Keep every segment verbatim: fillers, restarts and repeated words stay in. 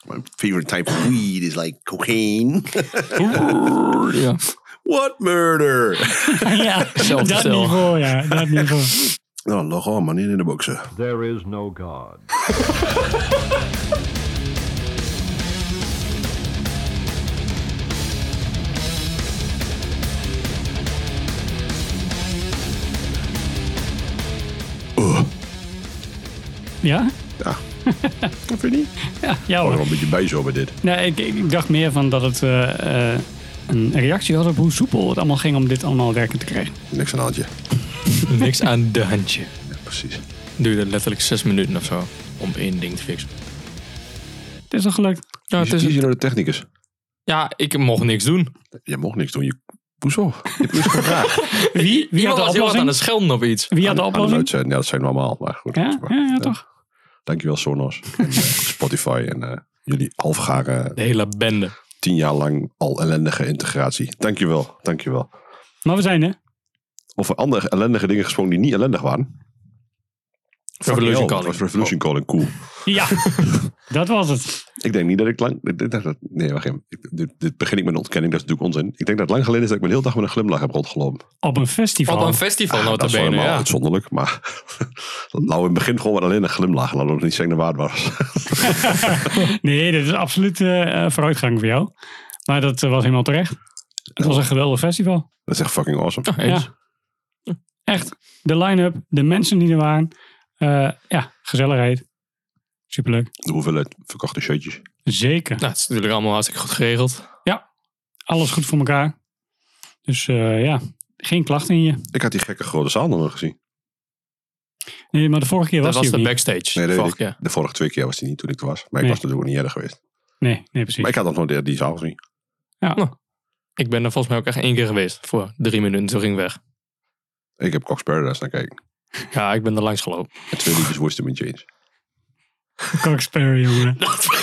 My favorite type of weed is like cocaine. ja. What murder? ja, dat niveau, ja. Dat niveau. Nou, log on, man, in de boksen. There is no God. Uh. Ja? Ja. Dat vind je niet? Ja, ja Ik hoor. ben wel een beetje bij zo bij dit. Nee, ik, ik dacht meer van dat het uh, uh, een reactie was op hoe soepel het allemaal ging om dit allemaal werken te krijgen. Niks aan de handje. Niks aan de handje. Ja, precies. Duurde letterlijk zes minuten of zo om één ding te fixen. Het is toch gelukt? Ja, het is hier de technicus. Ja, ik mocht niks doen. Je mocht niks doen. Je poezo. Je hebt niks gevraagd. Wie, wie had de oplossing? aan het schelden op iets. Wie had de oplossing? Ja, dat zijn we allemaal. Maar goed. Ja, maar, ja, ja, ja. toch. Dankjewel Sonos. En, uh, Spotify en uh, jullie halfgare... De hele bende. Tien jaar lang al ellendige integratie. Dankjewel. Dankjewel. Maar we zijn er. Over andere ellendige dingen gesproken die niet ellendig waren. Revolution Calling. Was Revolution Calling cool. Ja, dat was het. Ik denk niet dat ik lang... Dit, dit, dit, nee, wacht even. Dit, dit begin ik met een ontkenning. Dat is natuurlijk onzin. Ik denk dat het lang geleden is dat ik me de hele dag met een glimlach heb rondgelopen. Op een festival. Op een festival, ah, nota dat is bene, helemaal ja. uitzonderlijk. Maar nou in het begin gewoon met alleen een glimlach. Laten we nog niet zeggen waar het was. Nee, dit is absoluut uh, vooruitgang voor jou. Maar dat uh, was helemaal terecht. Het was een geweldig festival. Dat is echt fucking awesome. Oh, eens. Ja. Echt. De line-up, de mensen die er waren. Uh, ja, gezelligheid. Superleuk. De hoeveelheid verkochte shirtjes. Zeker. Nou, het is natuurlijk allemaal hartstikke goed geregeld. Ja, alles goed voor elkaar. Dus uh, ja, geen klachten in je. Ik had die gekke grote zaal nog nog gezien. Nee, maar de vorige keer was dat was hij de ook niet. backstage. Nee, de, vorige de, keer. de vorige twee keer was hij niet toen ik er was. Maar ik Nee. was natuurlijk ook niet eerder geweest. Nee, nee, precies. Maar ik had nog nooit die, die zaal gezien. Ja. Nou, ik ben er volgens mij ook echt één keer geweest. Voor drie minuten, toen ging ik weg. Ik heb Cox Paradise naar kijken. Ja, ik ben er langs gelopen. En twee liedjes Wisdom in Change. Cox Perry, jongen.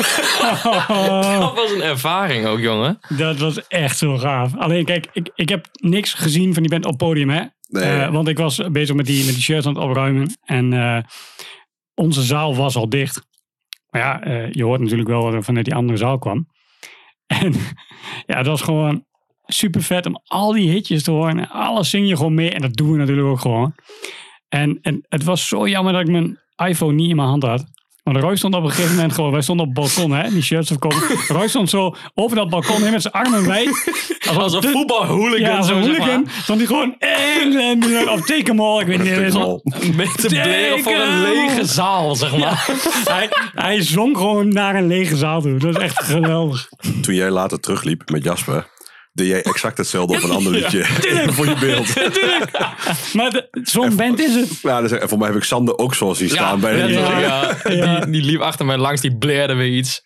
Dat was een ervaring ook, jongen. Dat was echt zo gaaf. Alleen kijk, ik, ik heb niks gezien van die band op het podium, hè. Nee. Uh, want ik was bezig met die, met die shirts aan het opruimen. En uh, onze zaal was al dicht. Maar ja, uh, je hoort natuurlijk wel wat er vanuit die andere zaal kwam. En ja, het was gewoon super vet om al die hitjes te horen. En alles zing je gewoon mee. En dat doen we natuurlijk ook gewoon. En, en het was zo jammer dat ik mijn iPhone niet in mijn hand had. Want Roy stond op een gegeven moment gewoon... Wij stonden op het balkon, hè, die shirts te verkopen. Roy stond zo over dat balkon heen met zijn armen wijd. Als een voetbalhooligan. Ja, zo'n hooligan. Stond hij gewoon... England of take them all. Ik weet niet. Met te bleren voor een lege zaal, zeg maar. Ja. hij, hij zong gewoon naar een lege zaal toe. Dat is echt geweldig. Toen jij later terugliep met Jasper... deed jij exact hetzelfde op een ander liedje. Ja, voor je beeld. Natuurlijk. Maar de, zo'n band is het. Ja, dus, en voor mij heb ik Sander ook zo zien staan. Ja, bij de ja, ja. ja. Ja. Die, die liep achter mij langs, die bleerde weer iets.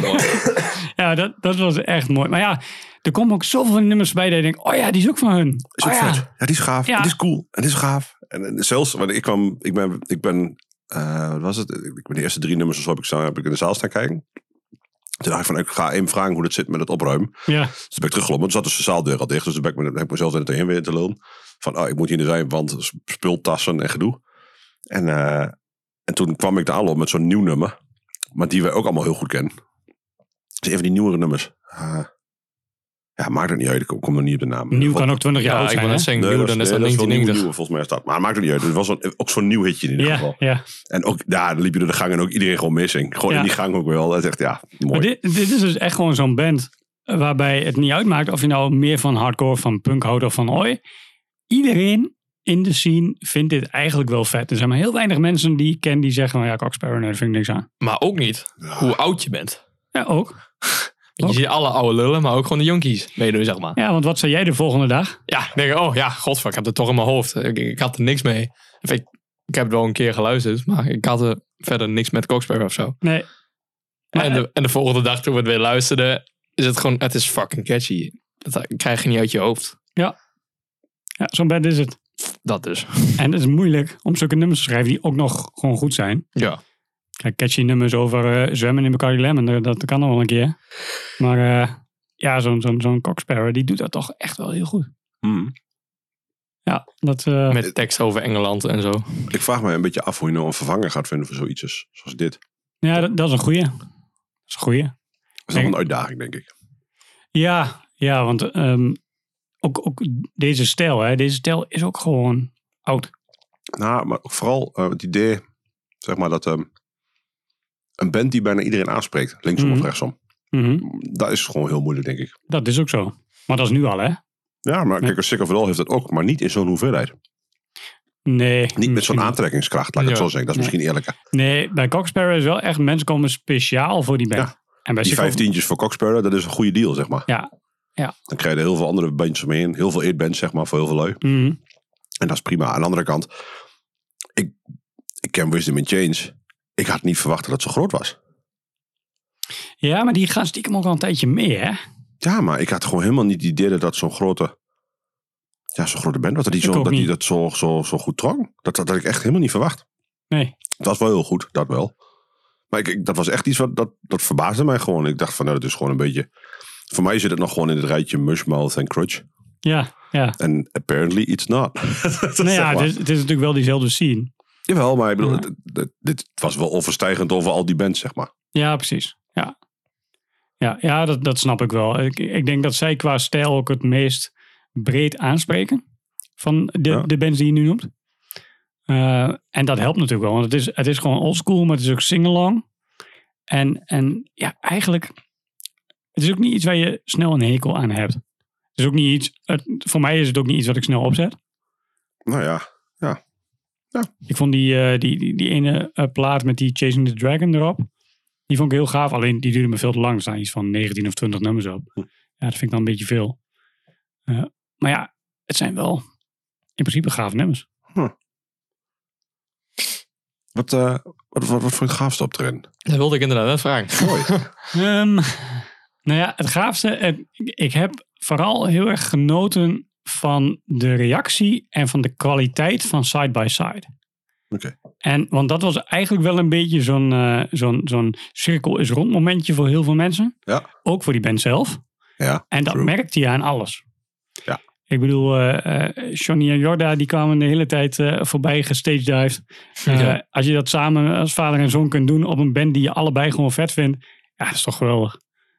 Ja, dat, dat was echt mooi. Maar ja, er komen ook zoveel van die nummers bij dat je denkt... Oh ja, die is ook van hun. Is ook oh, ja. vet. Ja, die is gaaf. Ja. Die is cool. En die is gaaf. En, en zelfs, want ik kwam... Ik ben... Ik ben uh, wat was het? Ik ben de eerste drie nummers of zo heb ik, heb ik in de zaal staan kijken. Toen dacht ik van, ik ga even vragen hoe dat zit met het opruimen. Ja. Dus toen ben ik teruggelopen. Toen zat dus de zaaldeur al dicht. Dus toen ben ik, me, heb ik mezelf er tegen weer te lullen. Van, oh, ik moet hier in zijn, want spultassen en gedoe. En, uh, en toen kwam ik de aanloop met zo'n nieuw nummer. Maar die we ook allemaal heel goed kennen. Dus een van die nieuwere nummers. Uh, ja, maakt het niet uit. Ik kom, kom er niet op de naam. Nieuw kan ook twintig jaar Ja, oud ik zijn, ben hè? net zeggen, Nee, nieuw, dat dan is, is dat nee, dat is wel nieuw, negentien negentig. nieuw, volgens mij staat. Maar het maakt het niet uit. Het was een, ook zo'n nieuw hitje in ieder Ja, geval. ja. En ook daar liep je door de gang en ook iedereen gewoon missing. Gewoon Ja. in die gang ook wel. Dat is echt, ja, mooi. Maar dit, dit is dus echt gewoon zo'n band... waarbij het niet uitmaakt of je nou meer van hardcore, van punk houdt of van oi. Iedereen in de scene vindt dit eigenlijk wel vet. Er zijn maar heel weinig mensen die ik ken die zeggen... van ja, Cox Sparrow, nee, daar vind ik niks aan. Maar ook niet hoe oud je bent. Ja, ook. Je ziet alle oude lullen, maar ook gewoon de jonkies meedoen, zeg maar. Ja, want wat zei jij de volgende dag? Ja, ik denk, oh ja, godver, ik heb het toch in mijn hoofd. Ik, ik had er niks mee. Of ik, ik heb het wel een keer geluisterd, maar ik had er verder niks met Cox Sparrow of zo. Nee. Maar, En de, en de volgende dag toen we het weer luisterden, is het gewoon, het is fucking catchy. Dat krijg je niet uit je hoofd. Ja, ja zo'n band is het. Dat dus. En het is moeilijk om zulke nummers te schrijven die ook nog gewoon goed zijn. Ja. Kijk, catchy nummers over uh, zwemmen in Bacardi Lemon, dat, dat kan nog wel een keer. Maar uh, ja, zo'n zo'n zo'n Cox Sparrow, die doet dat toch echt wel heel goed. Mm. Ja, dat... Uh, Met tekst over Engeland en zo. Ik vraag me een beetje af hoe je nou een vervanger gaat vinden voor zoiets zoals dit. ja, dat, dat is een goeie. Dat is een goeie. is wel een uitdaging, denk ik. Ja, ja want um, ook, ook deze stijl, hè, deze stijl is ook gewoon oud. Nou, maar ook vooral uh, het idee, zeg maar, dat um, een band die bijna iedereen aanspreekt, linksom mm-hmm. of rechtsom. Mm-hmm. Dat is gewoon heel moeilijk, denk ik. Dat is ook zo. Maar dat is nu al, hè? Ja, maar kijk, Sick of It All heeft dat ook, maar niet in zo'n hoeveelheid. Nee. Niet met zo'n aantrekkingskracht, laat ik ja. het zo zeggen. Dat is nee. misschien eerlijker. Nee, bij Cock Sparrow is wel echt, mensen komen speciaal voor die band. Ja. En bij die vijftientjes voor Cock Sparrow, dat is een goede deal, zeg maar. Ja. ja. Dan krijg je er heel veel andere bandjes omheen. Heel veel eetbands, zeg maar, voor heel veel lui. Mm-hmm. En dat is prima. Aan de andere kant, ik, ik ken Wisdom in Chains. Ik had niet verwacht dat het zo groot was. Ja, maar die gaan stiekem ook al een tijdje mee, hè? Ja, maar ik had gewoon helemaal niet het idee dat dat zo'n grote... Ja, zo'n grote band was. Dat die, zo, dat, die dat zo, zo, zo goed drong. Dat, dat had ik echt helemaal niet verwacht. Nee. Dat was wel heel goed, dat wel. Maar ik, ik, dat was echt iets wat... Dat, dat verbaasde mij gewoon. Ik dacht van, nou, dat is gewoon een beetje... Voor mij zit het nog gewoon in het rijtje Mushmouth en Crutch. Ja, ja. En apparently it's not. Nou ja, het is, het is natuurlijk wel diezelfde scene. Jawel, maar ik bedoel, ja. dit, dit, dit was wel overstijgend over al die bands, zeg maar. Ja, precies. Ja, ja, ja dat, dat snap ik wel. Ik, ik denk dat zij qua stijl ook het meest breed aanspreken van de, ja. de bands die je nu noemt. Uh, en dat helpt natuurlijk wel, want het is, het is gewoon oldschool, maar het is ook sing-along. En, en ja, eigenlijk, het is ook niet iets waar je snel een hekel aan hebt. Het is ook niet iets, het, voor mij is het ook niet iets wat ik snel opzet. Nou ja, ja. ja. Ik vond die, uh, die, die, die ene uh, plaat met die Chasing the Dragon erop, die vond ik heel gaaf. Alleen die duurde me veel te lang. Er staan iets van negentien of twintig nummers op. Hm. Ja, dat vind ik dan een beetje veel. Uh, maar ja, het zijn wel in principe gave nummers. Hm. Wat, uh, wat, wat, wat voor een gaafste optreden? Dat wilde ik inderdaad net vragen. Mooi. um, nou ja, het gaafste. Uh, ik heb vooral heel erg genoten van de reactie en van de kwaliteit van Side by Side. Oké. Okay. En want dat was eigenlijk wel een beetje zo'n, uh, zo'n, zo'n cirkel is rond momentje voor heel veel mensen. Ja. Ook voor die band zelf. Ja. En dat true. merkte je aan alles. Ja. Ik bedoel, uh, uh, Johnny en Jorda die kwamen de hele tijd uh, voorbij gestagedived. Uh, ja. Als je dat samen als vader en zoon kunt doen op een band die je allebei gewoon vet vindt. Ja, dat is toch geweldig.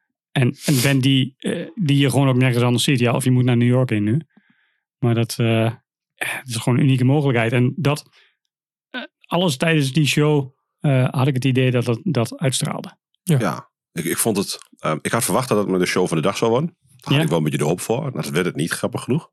En een band die, uh, die je gewoon ook nergens anders ziet. Ja, of je moet naar New York in nu. Maar dat, uh, ja, dat is gewoon een unieke mogelijkheid. En dat, uh, alles tijdens die show uh, had ik het idee dat dat, dat uitstraalde. Ja, ja ik, ik vond het... Uh, ik had verwacht dat het met de show van de dag zou worden. Daar had ja. ik wel een beetje de hoop voor. Dat werd het niet, grappig genoeg.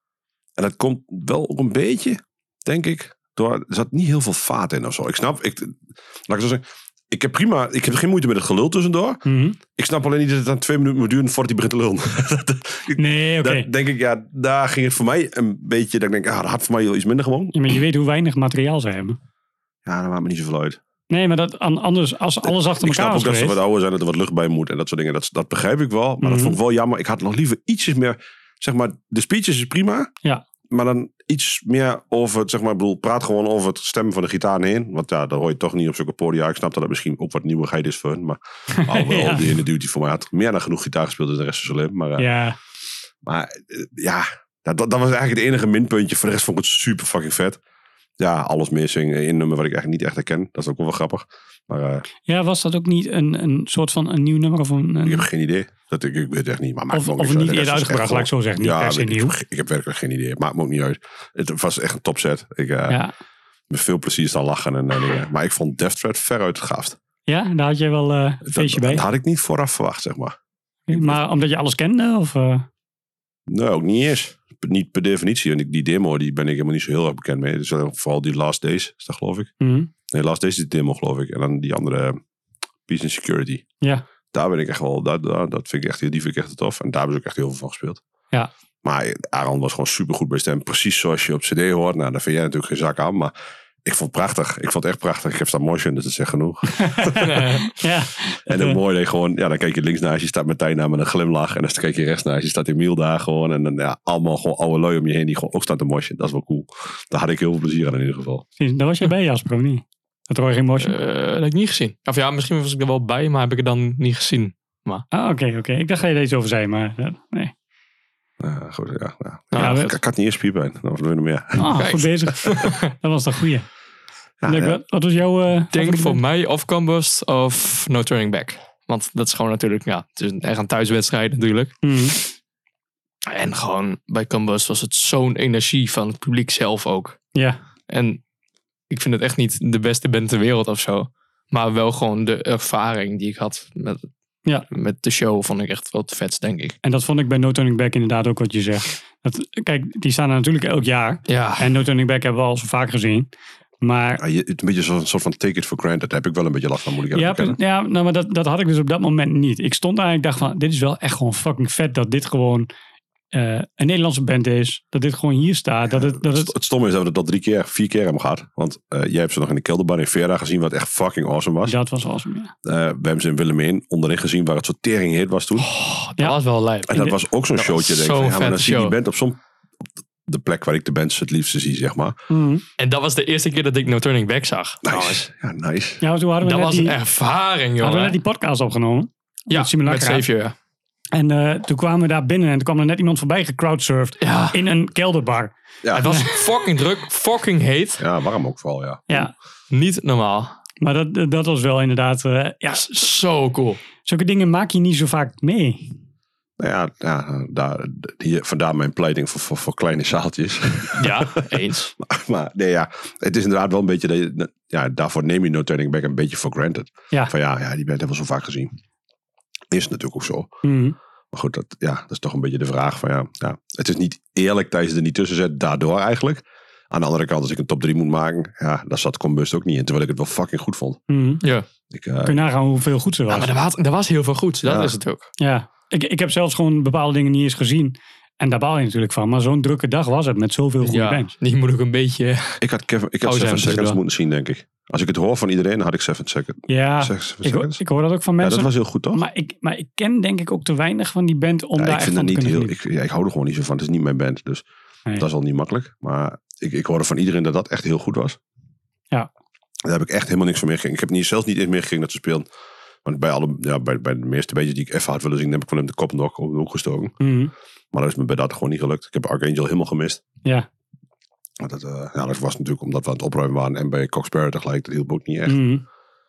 En dat komt wel ook een beetje, denk ik, door... Er zat niet heel veel vaat in of zo. Ik snap... Ik, laat ik zo zeggen... Ik heb prima... Ik heb geen moeite met het gelul tussendoor. Mm-hmm. Ik snap alleen niet dat het dan twee minuten moet duren voordat hij begint te lullen. Nee, oké. Okay. Dat denk ik, ja, daar ging het voor mij een beetje... Dat ik denk, ah, dat had voor mij wel iets minder gewoon. Ja, maar je weet hoe weinig materiaal ze hebben. Ja, dat maakt me niet zoveel uit. Nee, maar dat anders, als alles achter elkaar was Ik snap ook dat ze wat ouder zijn, dat er wat lucht bij moet en dat soort dingen. Dat, dat begrijp ik wel. Maar mm-hmm. dat vond ik wel jammer. Ik had nog liever ietsjes meer... Zeg maar, de speeches is prima. Ja. Maar dan iets meer over het, zeg maar, ik bedoel, praat gewoon over het stemmen van de gitaar heen. Want ja, dat hoor je toch niet op zulke podia. Ik snap dat het misschien ook wat nieuwigheid is voor hen. Maar alhoewel, ja. die ene dude die voor mij had meer dan genoeg gitaar gespeeld in de rest van zijn leven. Maar, uh, ja. maar uh, ja, dat, dat was eigenlijk het enige minpuntje. Voor de rest vond ik het super fucking vet. Ja, alles missing. Een nummer wat ik eigenlijk niet echt herken. Dat is ook wel, wel grappig. Maar, uh, ja, was dat ook niet een, een soort van een nieuw nummer? Of een, een... Ik heb geen idee. Dat ik, ik weet het echt niet. Maar of of niet eerder uitgebracht, laat ik zo zeggen. Niet ja, per se ik, nieuw. Ik, ik heb werkelijk geen idee. Het maakt me ook niet uit. Het was echt een topset. Ik uh, ja. met veel plezier staan lachen. En, uh, maar ik vond Death Threat veruit het gaafst. Ja, daar had jij wel uh, een feestje dat, bij. Dat had ik niet vooraf verwacht, zeg maar. Okay, maar omdat je alles kende? Of, uh... Nee, ook niet eens. Niet per definitie. En die demo die ben ik helemaal niet zo heel erg bekend mee. Dus vooral die Last Days, is dat geloof ik. Mm-hmm. Nee, Last Days is de demo geloof ik. En dan die andere Peace and Security. Ja. Daar ben ik echt wel, dat, dat vind ik echt, die vind ik echt tof. En daar hebben ze ook echt heel veel van gespeeld. Ja. Maar Aaron was gewoon super goed bij stem. Precies zoals je op cd hoort. Nou, daar vind jij natuurlijk geen zak aan. Maar ik vond het prachtig. Ik vond het echt prachtig. Ik heb staan motion, dus dat is echt genoeg. ja. En ook mooi dat je gewoon, ja, dan kijk je links naast je, staat Martijn daar met een glimlach. En dan kijk je rechts naast je, staat Emiel daar gewoon. En dan ja, allemaal gewoon oude lui om je heen die gewoon ook staan te motion. Dat is wel cool. Daar had ik heel veel plezier aan in ieder geval. Daar was jij bij, Jasper, of niet? Dat hoor je geen motion? Uh, dat heb ik niet gezien. Of ja, misschien was ik er wel bij, maar heb ik het dan niet gezien. Maar... Ah, oké, okay, oké. Okay. Ik dacht dat je er iets over zei, maar uh, nee. Uh, goed, ja. ja. ja, ja ik, ik had niet eens spierpijn. Dan was er nog meer. Ah, goed bezig. Dat was toch goeie. Ja, ja. Wat was jouw... Uh, ik denk voor mij of Combust of No Turning Back. Want dat is gewoon natuurlijk, ja, het is echt een thuiswedstrijd natuurlijk. Mm. En gewoon bij Combust was het zo'n energie van het publiek zelf ook. Ja. En ik vind het echt niet de beste band ter wereld of zo. Maar wel gewoon de ervaring die ik had met, ja. met de show vond ik echt wat vetst, denk ik. En dat vond ik bij No Turning Back inderdaad ook wat je zegt. Dat, kijk, die staan er natuurlijk elk jaar. Ja. En No Turning Back hebben we al zo vaak gezien. Maar... Ja, je, het een beetje zo'n soort van take it for granted. Daar heb ik wel een beetje last van, moet ik Ja, bekennen. ja nou, maar dat, dat had ik dus op dat moment niet. Ik stond daar en ik dacht van, dit is wel echt gewoon fucking vet dat dit gewoon uh, een Nederlandse band is. Dat dit gewoon hier staat. Dat het, dat het... het stomme is dat we dat al drie keer, vier keer hebben gehad. Want uh, jij hebt ze nog in de kelderbar in Vera gezien, wat echt fucking awesome was. Dat was awesome, ja. Uh, we hebben ze in Willemijn onderin gezien, waar het zo tering heet was toen. Oh, dat ja. was wel lijp. En dat was ook zo'n dat showtje. Denk zo'n van, ja, maar dan zie je die show. band op zo'n... de plek waar ik de bands het liefste zie, zeg maar. Mm. En dat was de eerste keer dat ik No Turning Back zag. Nice. Ja, nice. Ja, toen hadden we Dat net was die, een ervaring, hadden we jongen. net die podcast opgenomen. Ja, met Simon met Lakkeraar. Xavier, ja. En uh, toen kwamen we daar binnen en toen kwam er net iemand voorbij gecrowdsurfd Ja. in een kelderbar. Ja. Het was fucking druk, fucking heet. Ja, warm ook vooral, ja. Ja, Niet normaal. maar dat, dat was wel inderdaad... Uh, ja, Zo cool. zulke dingen maak je niet zo vaak mee. Nou ja, ja daar, hier, vandaar mijn pleiting voor, voor, voor kleine zaaltjes. Ja, eens. maar, maar nee, ja, het is inderdaad wel een beetje... Dat je, ja, daarvoor neem je No Turning Back een beetje for granted. Ja. Van ja, ja, die band hebben we zo vaak gezien. Is het natuurlijk ook zo. Mm. Maar goed, dat, ja, dat is toch een beetje de vraag van ja, ja. Het is niet eerlijk dat je ze er niet tussen zet, daardoor eigenlijk. Aan de andere kant, als ik een top drie moet maken, ja, daar zat Combust ook niet in. Terwijl ik het wel fucking goed vond. Mm. Ja. Ik, uh, Kun je nagaan hoeveel goed ze was. Ja, maar er was, er was heel veel goeds. Dat Ja. is het ook. Ja, ik, ik heb zelfs gewoon bepaalde dingen niet eens gezien. En daar baal je natuurlijk van. Maar zo'n drukke dag was het met zoveel goede Ja, bands. die moet ook een beetje... ik had, Kevin, ik had Oh, zijn Seven we Seconds tussendoor. moeten zien, denk ik. Als ik het hoor van iedereen, dan had ik Seven Seconds. Ja, Seven ik, hoor- Seconds? ik hoor dat ook van Ja, mensen. dat was heel goed, toch? maar, ik, maar ik ken denk ik ook te weinig van die band om Ja, daar ik echt vind van het te niet kunnen heel... genieten. Ik, ja, ik hou er gewoon niet zo van. Het is niet mijn band, dus Nee. dat is al niet makkelijk. Maar ik, ik hoorde van iedereen dat dat echt heel goed was. Ja. Daar heb ik echt helemaal niks van meegekregen. Ik heb niet, zelfs niet eens meegekregen dat ze speelden. Want bij, alle, ja, bij, bij de meeste bandjes die ik even had willen zien, heb ik van hem de kop nog op de hoek gestoken. Mhm. Maar dat is me bij dat gewoon niet gelukt. Ik heb Archangel helemaal gemist. Ja. Maar dat, uh, ja, dat was natuurlijk omdat we aan het opruimen waren. En bij Cox Barrett tegelijk, dat hielp ook niet echt. Mhm.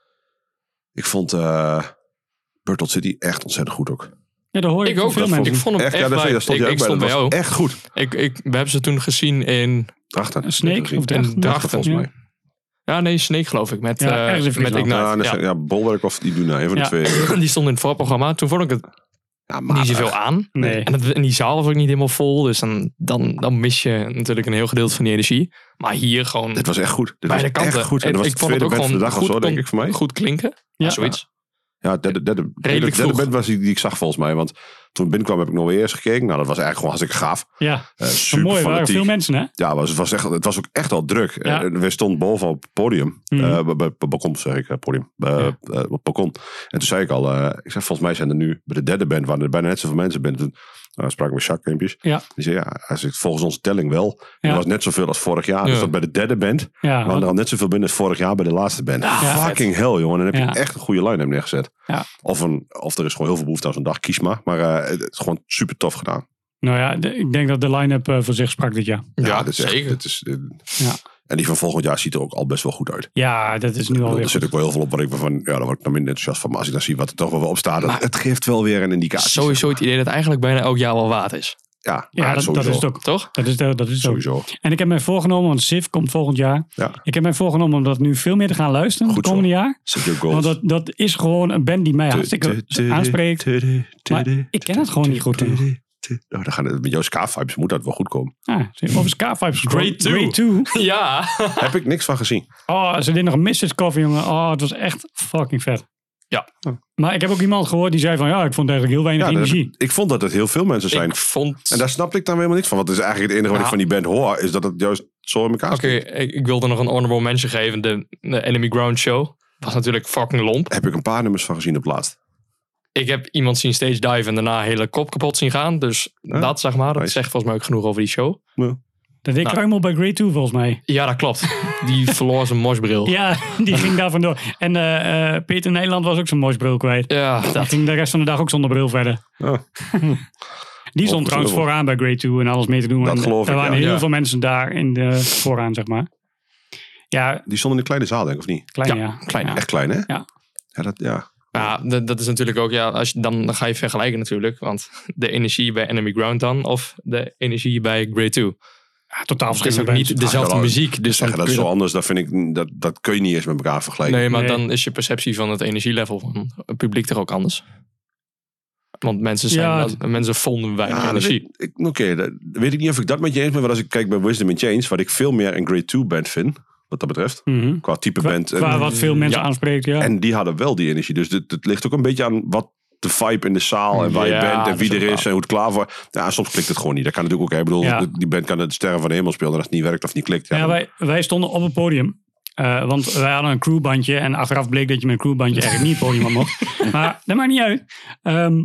Ik vond uh, Burtle City echt ontzettend goed ook. Ja, dat hoor ik, Ik van ook. veel Dat vond, mensen. ik vond hem Echt, echt, ja, dat, lijp. dat stond ik, jij ook ik bij. stond Dat bij was jou. echt goed. Ik, ik, we hebben ze toen gezien in... Drachten. Snake Gezien. of Drachten? in Drachten volgens Ja. mij. Ja, nee, Snake geloof ik. Met, Ja, eh, ergens in met Friesland. Ignite. Ja, Ja, ja. ja, Bolwerk of die doen een van de Ja. twee. Die stond in het voorprogramma. Toen vond ik het Ja, maar niet zoveel aan. Nee. En, het, en die zaal was ook niet helemaal vol. Dus dan, dan, dan mis je natuurlijk een heel gedeelte van die energie. Maar hier gewoon dit was echt goed. Dit was beide kanten. echt goed. En En dat was ik de vond het tweede ook band van de gewoon dag of zo, goed, denk ik voor mij. goed klinken. Ja, Ja. zoiets. Ja, derde, derde, derde, Redelijk derde vroeg. band was die, die ik zag volgens mij. Want toen ik binnenkwam heb ik nog weer eerst gekeken. Nou, dat was eigenlijk gewoon hartstikke gaaf. Ja, Uh, maar super mooi. Er waren fanatiek. veel mensen, hè? Ja, het was, het was, echt, het was ook echt al druk. Ja. Uh, we stonden boven op het podium. Mhm. Uh, bij, bij, bij balkon, zeg ik. Uh, podium. Uh, Ja. uh, op het balkon. En toen zei ik al, uh, ik zei, volgens mij zijn er nu bij de derde band, waar er bijna net zoveel mensen zijn. Toen uh, sprak ik met Jacques Kempjes. Ja. Die zei, ja, als ik, volgens onze telling wel. Ja. Er was net zoveel als vorig jaar. Ja. Dus dat bij de derde band. Ja, waren er al net zoveel binnen als vorig jaar bij de laatste band. Ja, Fucking hell, jongen. Dan heb je Ja. echt een goede line-up neergezet. Ja. Of, een, of er is gewoon heel veel behoefte aan zo'n dag. Kies maar. Maar uh, het is gewoon super tof gedaan. nou ja, de- ik denk dat de line-up uh, voor zich sprak dit jaar. Ja, dit is echt- zeker. dit is, dit- Ja. En die van volgend jaar ziet er ook al best wel goed uit. Ja, dat is nu Er alweer zit goed. ook wel heel veel op wat ik me van, ja, daar word ik nou minder enthousiast van. Maar als ik dan zie wat er toch wel op staat, dan- Maar- het geeft wel weer een indicatie. Sowieso het idee dat het eigenlijk bijna elk jaar wel waard is. Ja, Ja, maar dat, dat sowieso. is het ook. Toch? Dat is, dat is het ook. Sowieso. En ik heb mij voorgenomen, want S I F komt volgend jaar. Ja. Ik heb mij voorgenomen om dat nu veel meer te gaan luisteren Goed het komende jaar. Set your goals. Want dat, dat is gewoon een band die mij hartstikke aanspreekt. Maar ik ken het gewoon niet goed genoeg. Nou, dan gaan het, met jouw ska-vibes moet dat wel goed komen. Ah, over Ska-vibes gesproken. Grade two. Grade two. Ja. Heb ik niks van gezien. Oh, ze deden nog een Misfits cover, jongen. Oh, het was echt fucking vet. Ja. Maar ik heb ook iemand gehoord die zei van... Ja, ik vond eigenlijk heel weinig Ja, dat heb energie. ik, ik vond dat het heel veel mensen zijn. Ik vond... En daar snapte ik dan helemaal niks van. Want het is eigenlijk het enige wat Ja. ik van die band hoor, is dat het juist zo in elkaar Oké, zit. ik, ik wilde nog een honorable mention geven. De, de Enemy Ground Show. Was natuurlijk fucking lomp. Heb ik een paar nummers van gezien op het laatst. Ik heb iemand zien stage dive en daarna hele kop kapot zien gaan. Dus Ja, dat, zeg maar, dat nice. zegt volgens mij ook genoeg over die show. Dat deed Nou. Kruimel bij Grade two volgens mij. Ja, dat klopt. Die verloor zijn moshbril. Ja, die ging daar vandoor. En eh, eh, Peter Nederland was ook zijn moshbril kwijt. Ja, Die dat. ging de rest van de dag ook zonder bril verder. Oh. Die stond trouwens dubbel. vooraan bij Grade two en alles mee te doen. Dat En geloof er ik, waren ja. heel Ja. veel mensen daar in de vooraan, zeg maar. Ja, Die stond in een kleine zaal, denk ik, of niet? klein Ja, ja. klein, Ja. Echt klein, hè? Ja. Ja, dat, ja. Ja, dat, dat is natuurlijk ook, ja, als je, dan, dan ga je vergelijken natuurlijk. Want de energie bij Enemy Ground dan, of de energie bij Grade twee. Ja, totaal Het is ook verschillend. niet dezelfde Ja, muziek. Dus Zeggen, dan dat is kun zo je- anders. Dat vind ik, dat, dat kun je niet eens met elkaar vergelijken. Nee, maar Nee. dan is je perceptie van het energielevel van het publiek toch ook anders. Want mensen, zijn, Ja, dat- mensen vonden weinig Ja, dat energie. weet- ik- Oké, dat weet ik niet of ik dat met je eens ben. Maar als ik kijk bij Wisdom in Change, wat ik veel meer een Grade twee band vind, wat dat betreft. Mhm. Qua type Qua, band. En, qua wat veel mensen Ja. aanspreekt, ja. en die hadden wel die energie. Dus het, het ligt ook een beetje aan wat de vibe in de zaal en waar Ja, je bent en dat wie is er ook is waar. en hoe het klaar voor. Ja, soms klikt het gewoon niet. Dat kan natuurlijk ook. Ik bedoel, Ja. die band kan het sterren van de hemel spelen en als het niet werkt of niet klikt. Ja, Ja, dan- wij, wij stonden op het podium. Eh, want wij hadden een crewbandje. En achteraf bleek dat je met een crewbandje eigenlijk niet het podium op mocht. Maar dat maakt niet uit. Ehm,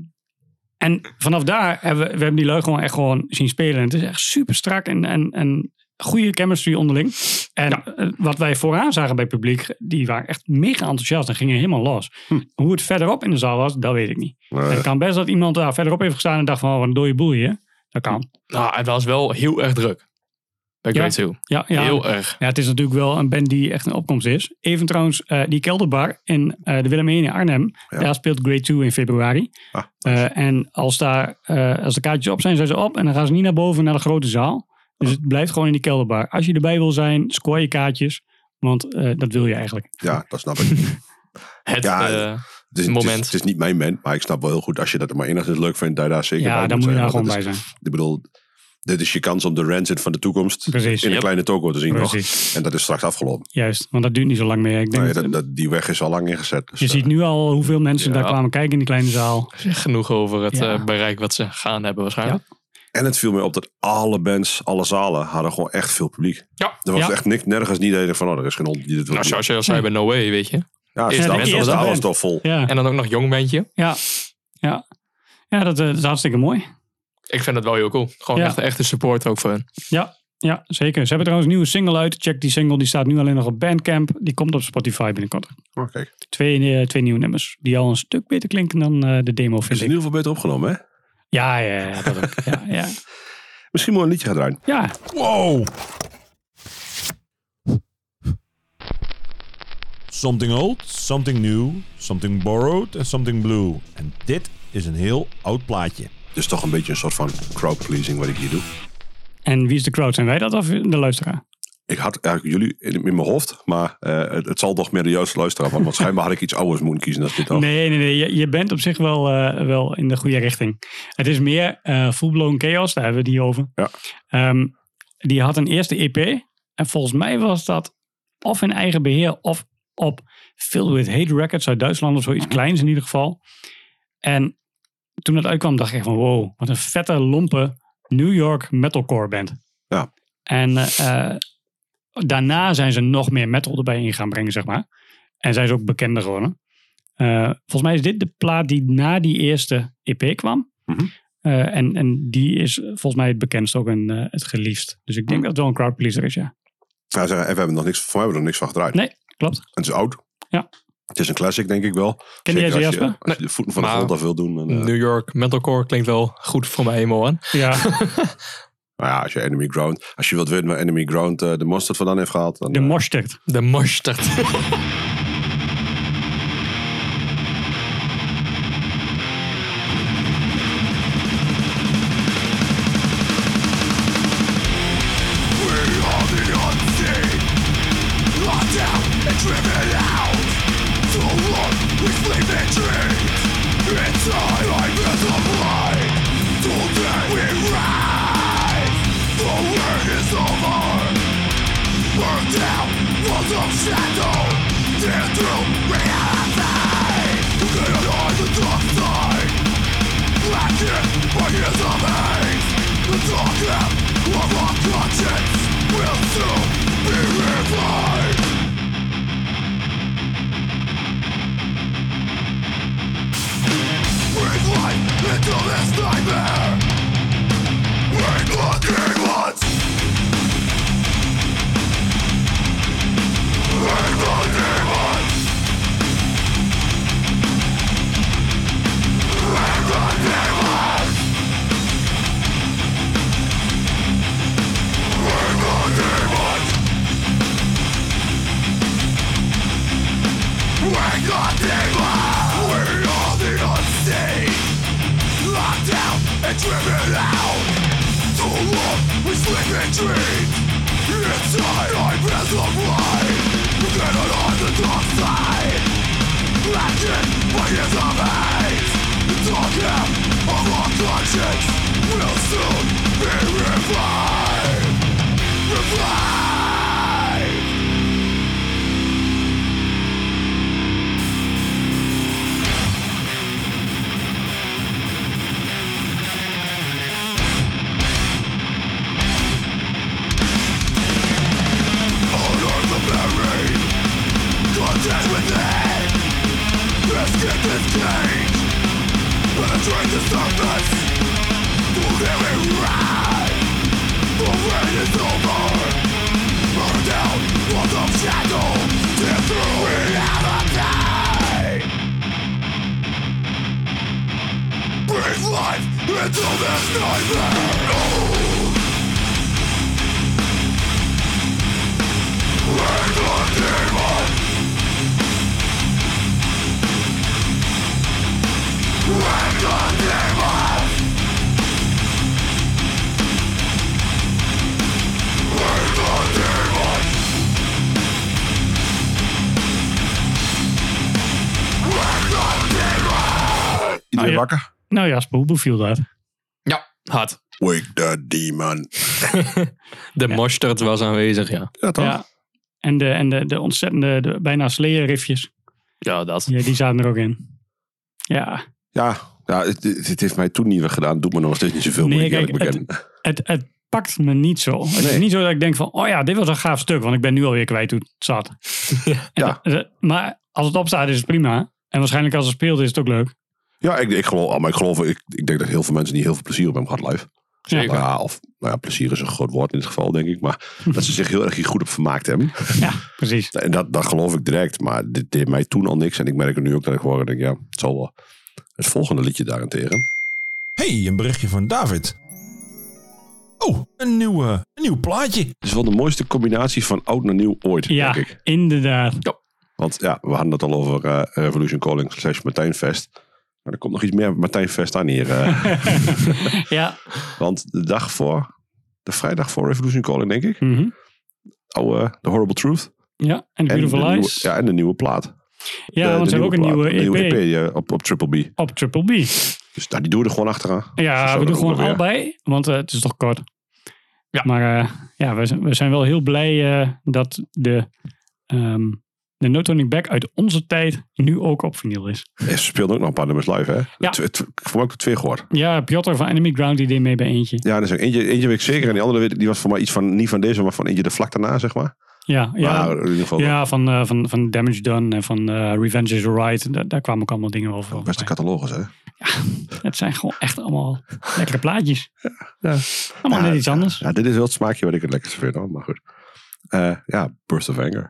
en vanaf daar hebben we, we hebben die lui gewoon echt gewoon zien spelen. En het is echt super strak en, en, en goede chemistry onderling. En eh, wat wij vooraan zagen bij het publiek, die waren echt mega enthousiast en gingen helemaal los. Hm. Hoe het verderop in de zaal was, dat weet ik niet. Nee. Het kan best dat iemand daar verderop heeft gestaan en dacht van, oh, wat een dode boel hier. Dat kan. Nou, het was wel heel erg druk. Bij Grade twee. Ja, ja. Heel erg. Ja, het is natuurlijk wel een band die echt een opkomst is. Even trouwens, eh, die kelderbar in eh, de Willem één in Arnhem. Ja. Daar speelt Grade twee in februari. Ah, Eh, en als, daar, eh, als de kaartjes op zijn, zijn ze op. En dan gaan ze niet naar boven naar de grote zaal. Dus het blijft gewoon in die kelderbar. Als je erbij wil zijn, score je kaartjes. Want eh, dat wil je eigenlijk. ja, dat snap ik. Het, Ja, eh, Het is, moment. Het is, het is niet mijn band, maar ik snap wel heel goed als je dat maar enigszins leuk vindt, dat je daar zeker bij Ja, dan moet je zijn. daar Want gewoon dat bij is- zijn. Ik bedoel, dit is je kans om de Rancid van de toekomst Precies. in een Yep. kleine toko te zien nog. Precies. En dat is straks afgelopen. Juist, want dat duurt niet zo lang meer. Ik denk Nee, dat- dat, dat, die weg is al lang ingezet. Dus, je eh, ziet nu al hoeveel mensen Ja. daar kwamen kijken in die kleine zaal. zegt genoeg over het Ja. eh, bereik wat ze gaan hebben waarschijnlijk. En het viel mij op dat alle bands, alle zalen hadden gewoon echt veel publiek. Ja. Er was Ja. echt niks, nergens niet dat van, oh, er is geen hond die dit wil. Nou, zoals je al zei bij No Way, weet je. ja, eerste de band zaal was was dat band. toch vol. Ja, En dan ook nog jong bandje. ja, ja. ja dat, eh, dat is hartstikke mooi. Ik vind het wel heel cool. Gewoon Ja. echt, echt een support ook voor hun. Ja, ja, zeker. Ze hebben trouwens een nieuwe single uit. Check die single. Die staat nu alleen nog op Bandcamp. Die komt op Spotify binnenkort. Oh, kijk. Twee, eh, twee nieuwe nummers. Die al een stuk beter klinken dan eh, de demo, Is vind in ik. ieder geval beter opgenomen, hè? Ja, ja, ja, dat ook. Ja, ja. Misschien moet een liedje gaan draaien. ja, Wow! Something old, something new, something borrowed en something blue. En dit is een heel oud plaatje. Dus toch een beetje een soort van crowd-pleasing wat ik hier doe. en wie is de crowd? Zijn wij dat of de luisteraar? Ik had eigenlijk jullie in, in mijn hoofd, maar eh, het, het zal toch meer de juiste luisteraar van. Want schijnbaar had ik iets ouders moeten kiezen dan dit al. Nee, nee, nee. Je, je bent op zich wel, eh, wel in de goede richting. Het is meer eh Full Blown Chaos. Daar hebben we het hier over. Ja. Ehm, die had een eerste E P. En volgens mij was dat of in eigen beheer of op Filled with Hate Records uit Duitsland of zoiets kleins in ieder geval. En toen dat uitkwam dacht ik echt van wow, wat een vette, lompe New York metalcore band. Ja. En eh, daarna zijn ze nog meer metal erbij in gaan brengen, zeg maar. En zijn ze ook bekender geworden. Eh, volgens mij is dit de plaat die na die eerste E P kwam. Mhm. Eh, en, en die is volgens mij het bekendst ook en eh, het geliefst. Dus ik denk dat het wel een crowdpleaser is, ja. Ja, zeggen, en we hebben nog niks, voor mij hebben we er niks van gedraaid. Nee, klopt. Het is oud. Ja. Het is een classic, denk ik wel. Ken jij Zeker ze, als je, Jasper? als je de voeten van de Maar- grond af wil doen. Dan, eh, New York metalcore klinkt wel goed voor mij, Moan. Ja, nou ja, als je Enemy Ground... Als je wilt weten waar Enemy Ground eh, de mosterd vandaan heeft gehaald... Dan, de eh, mosterd. De mosterd. We're been driven out. So long we sleep in dreams. Inside I feel the light. Get on the dark side. Blackened by years of hate. The dark half of our conscience will soon be revived. Revived. Content within. Escape this cage. Penetrate the surface. We'll hear it rise. The rain is over. Burn down walls of shadow. Tear through reality. Breathe life into this nightmare. We're the demon. We're the demon. We're the demon. We're the demon. Iedereen Ah, ja. wakker? Nou Jasper, hoe beviel dat? Ja, hard. Wake the demon. De mosterd was aanwezig, ja. Ja, toch? Ja. En de, en de, de ontzettende, de, bijna Slayer-riffjes, Ja, dat. ja, die zaten er ook in. Ja, Ja, ja het, het heeft mij toen niet meer gedaan. Doet me nog steeds niet zoveel. Nee, moet ik kijk, eerlijk bekennen. het, het pakt me niet zo. Het Nee. is niet zo dat ik denk van, oh ja, dit was een gaaf stuk, want ik ben nu alweer kwijt hoe het zat. Ja. En, eh, maar als het opstaat is het prima. En waarschijnlijk als het speelt is het ook leuk. Ja, ik, ik geloof, maar ik geloof, ik, ik denk dat heel veel mensen niet heel veel plezier op hebben gehad live. Zeker. Ja, of nou ja, plezier is een groot woord in dit geval, denk ik. Maar dat ze zich heel erg hier goed op vermaakt hebben. Ja, precies. En dat, dat geloof ik direct. Maar dit deed mij toen al niks. En ik merk het nu ook dat ik gewoon denk, ja, het zal wel. Het volgende liedje daarentegen. Hey, een berichtje van David. Oh, een nieuw, een nieuw plaatje. Het is wel de mooiste combinatie van oud naar nieuw ooit, Ja, denk ik. inderdaad. Want ja, we hadden het al over uh, Revolution Calling slash Martijnfest. Maar er komt nog iets meer Martijnfest aan hier. Uh. Ja. Want de dag voor, de vrijdag voor Revolution Calling, denk ik. Mhm. Oude The Horrible Truth. Ja, en The En Beautiful de nieuwe, Lies. ja, en de nieuwe plaat. Ja, De- want de ze hebben ook een plaat, nieuwe de nieuwe E P E P uh, op, op Triple B. op Triple B. Dus nou, die doen we er gewoon achteraan. Ja, Zo we doen dat gewoon ook weer. allebei, want uh, het is toch kort. Ja. Maar uh, ja, we zijn, we zijn wel heel blij uh, dat de, um, de No Turning Back uit onze tijd nu ook op vinyl is. Ja, ze speelden ook nog een paar nummers live, hè? Ja. Tw- tw- Ik vond ook twee gehoord. Ja, Piotr van Enemy Ground die deed mee bij eentje. Ja, dus eentje, eentje weet ik zeker. En die andere weet ik, die was voor mij iets van, niet van deze, maar van eentje de vlak daarna, zeg maar. Ja, ja, Maar in ieder geval ja van, uh, van, van Damage Done en van uh, Revenge is Right. Daar, daar kwamen ook allemaal dingen over. beste catalogus, hè? Het zijn gewoon echt allemaal lekkere plaatjes. Ja. Allemaal Ja, net iets anders. Ja, dit is wel het smaakje wat ik het lekkerst vind, hoor. Maar goed. Uh, ja, Burst of Anger.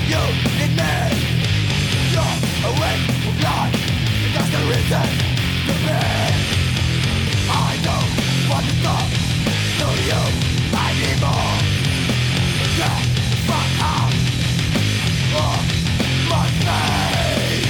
you in me. You're awake or blind, and that's the reason to be. I don't want to talk to you anymore. Get the fuck out of my face.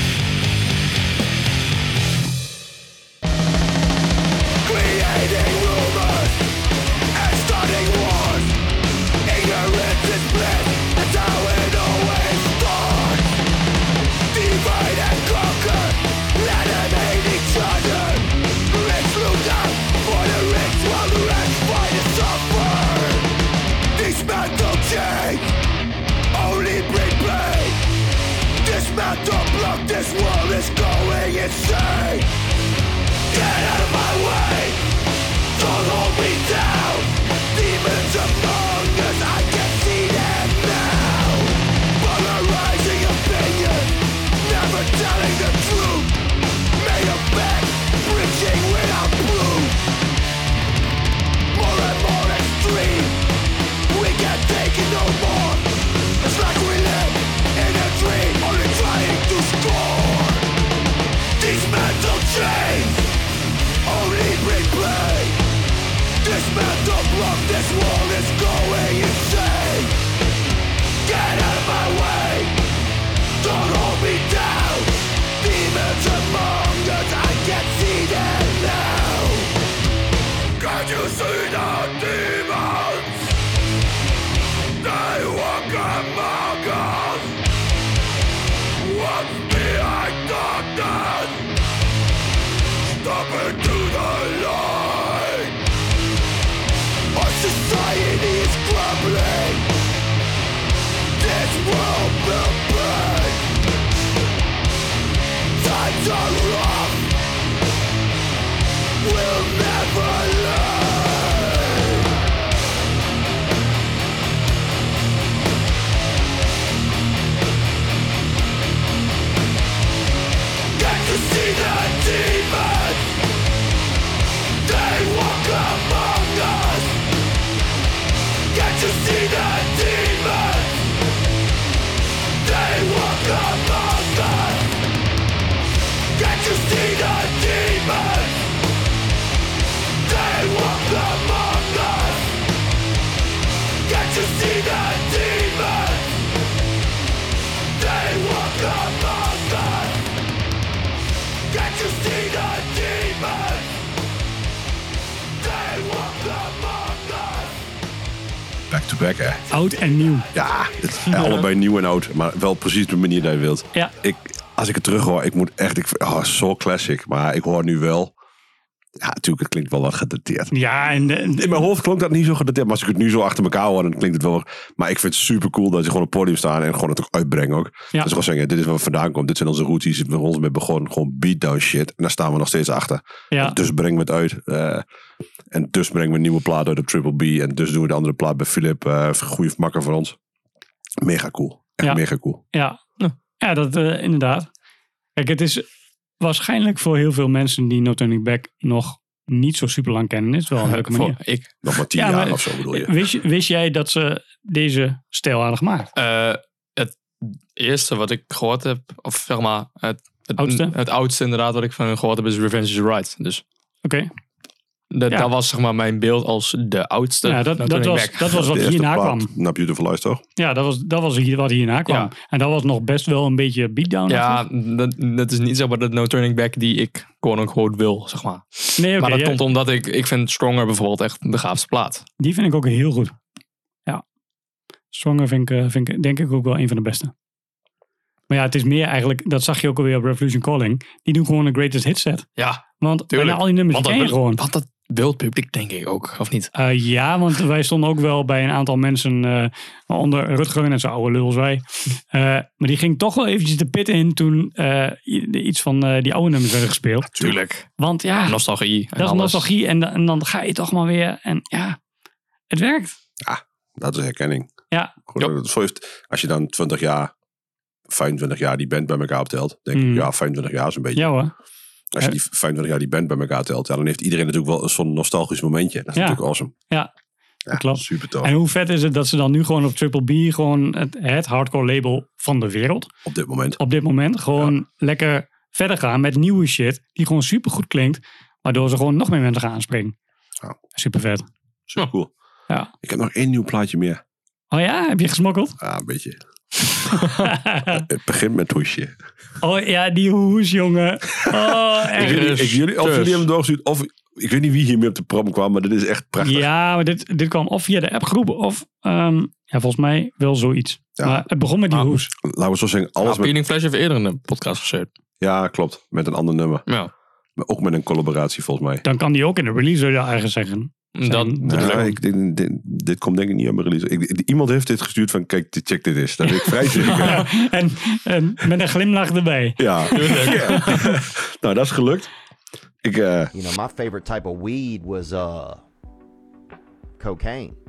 Creating rumors and starting wars. Ignorance is bliss, that's how it always starts. Divide and conquer, let them hate each other. Rich loot out for the rich while the rest fight and suffer. Dismantle change, only bring pain. Dismantle block, this world is going insane. Get out of my way, don't hold me down. Demons among us, I can see them now. Polarizing opinion, never telling the truth. Made of fact, preaching without proof. More and more extreme, we can't take it no more. It's like we live in a dream, only trying to score. Dismantle chains, only bring pain. Dismantle block, this world is going insane. Get out of my way, don't hold me down. Demons among us, I can see them now. Can't you see the demons? They walk among us. What's behind darkness? Stop it to the light. Our society is crumbling. This world will burn. Times are rough. We'll never learn. Can't you see the demons? They walk among us. Can't you see the demons? They walk among us. Can't you see the demons? They walk among us. Can't you see the demons? They walk among us. Can't you see the demons? They walk among us. Back to back, hè. Oud en nieuw. Ja, het, ja, allebei nieuw en oud. Maar wel precies de manier die je wilt. Ja. Ik, als ik het terug hoor, ik moet echt... Ik, oh, zo classic. Maar ik hoor nu wel... Ja, natuurlijk, het klinkt wel wat gedateerd. Ja, en de, In mijn hoofd klonk dat niet zo gedateerd. Maar als ik het nu zo achter elkaar hoor, dan klinkt het wel... Maar ik vind het super cool dat je gewoon op het podium staat en gewoon het ook uitbrengt ook. Ja. Dus gewoon zeggen, dit is waar we vandaan komen. Dit zijn onze roots. Hier zijn we ons mee begonnen. Gewoon beatdown shit. En daar staan we nog steeds achter. ja. Dus brengen we het uit. Uh, en dus brengen we een nieuwe plaat uit op Triple B. En dus doen we de andere plaat bij Philip. Uh, goeie makker voor ons. Mega cool. Echt Ja. mega cool. Ja, ja dat uh, inderdaad. Kijk, het is waarschijnlijk voor heel veel mensen die No Turning Back nog niet zo super lang kennen. Is wel een leuke manier. Voor ik. Nog maar tien Ja, jaar maar- of zo bedoel je. Wist, je- wist jij dat ze deze stijl hadden gemaakt? Uh, het eerste wat ik gehoord heb, of zeg maar, het, het Oudste? Het oudste inderdaad wat ik van hun gehoord heb is Revenge is Right. Dus Oké. dat, Ja. dat was zeg maar mijn beeld als de oudste. Ja, dat, No dat, Turning was, Back. dat was wat De eerste hierna plaat, kwam. Na Beautiful Lies, toch? Ja, dat was, dat was hier, wat hierna kwam. Ja. En dat was nog best wel een beetje beatdown. Ja, dat, dat is niet zo, maar de No Turning Back die ik gewoon ook gewoon wil, zeg maar. Nee, oké. maar dat ja, komt omdat ik, ik vind Stronger bijvoorbeeld echt de gaafste plaat. die vind ik ook heel goed. Ja. Stronger vind ik, eh, vind ik denk ik ook wel een van de beste. Maar ja, het is meer eigenlijk, dat zag je ook alweer op Revolution Calling. Die doen gewoon een greatest hit set. Ja, Want tuurlijk. bijna al die nummers Want die dat, ken je gewoon. want dat wil het publiek denk ik ook, of niet? Uh, ja, want wij stonden ook wel bij een aantal mensen, uh, onder Rutger en zijn oude lul als wij. Uh, maar die ging toch wel eventjes de pit in toen uh, iets van uh, die oude nummers werden gespeeld. Tuurlijk. Want ja, Nostalgie. En dat is alles. nostalgie en, da- en dan ga je toch maar weer. En ja, het werkt. Dat is herkenning. Ja. Goed, Ja. dat heeft, als je dan twintig jaar, vijfentwintig jaar die band bij elkaar optelt, denk Mm. ik, ja, vijfentwintig jaar is een beetje. Ja hoor. Als je die vijfentwintig jaar die band bij elkaar telt, ja, dan heeft iedereen natuurlijk wel zo'n nostalgisch momentje. Dat is Ja. natuurlijk awesome. dat klopt. Super tof. En hoe vet is het dat ze dan nu gewoon op Triple B gewoon het, het hardcore label van de wereld. Op dit moment. Op dit moment gewoon ja. lekker verder gaan met nieuwe shit. Die gewoon super goed klinkt. Waardoor ze gewoon nog meer mensen gaan aanspringen. Ja. Super vet. Super cool. Ja. Ik heb nog één nieuw plaatje meer. Oh ja, heb je gesmokkeld? Ja, een beetje. Het begint met hoesje. Oh ja, die hoes, jongen. Oh, echt. Ik weet niet, ik, jullie, of jullie hebben doorgestuurd, of ik weet niet wie hiermee op de prom kwam, maar dit is echt prachtig. Ja, maar dit, dit kwam of via de appgroep, of um, ja, volgens mij wel zoiets. Ja. Maar het begon met die ah, hoes. Laten we zo zeggen, alles ah, met... Peeling Flash heeft eerder in een podcast gezet. Ja, klopt. Met een ander nummer. Ja. Maar ook met een collaboratie, volgens mij. Dan kan die ook in de release ja, ergens zeggen. Dat, ja, ik, dit, dit, dit komt denk ik niet aan mijn release. Ik, iemand heeft dit gestuurd van, kijk, check dit eens. Dat weet ik vrij zeker. en, en met een glimlach erbij. Ja. ja. Nou, dat is gelukt. Ik, uh... You know, my favorite type of weed was uh, cocaine.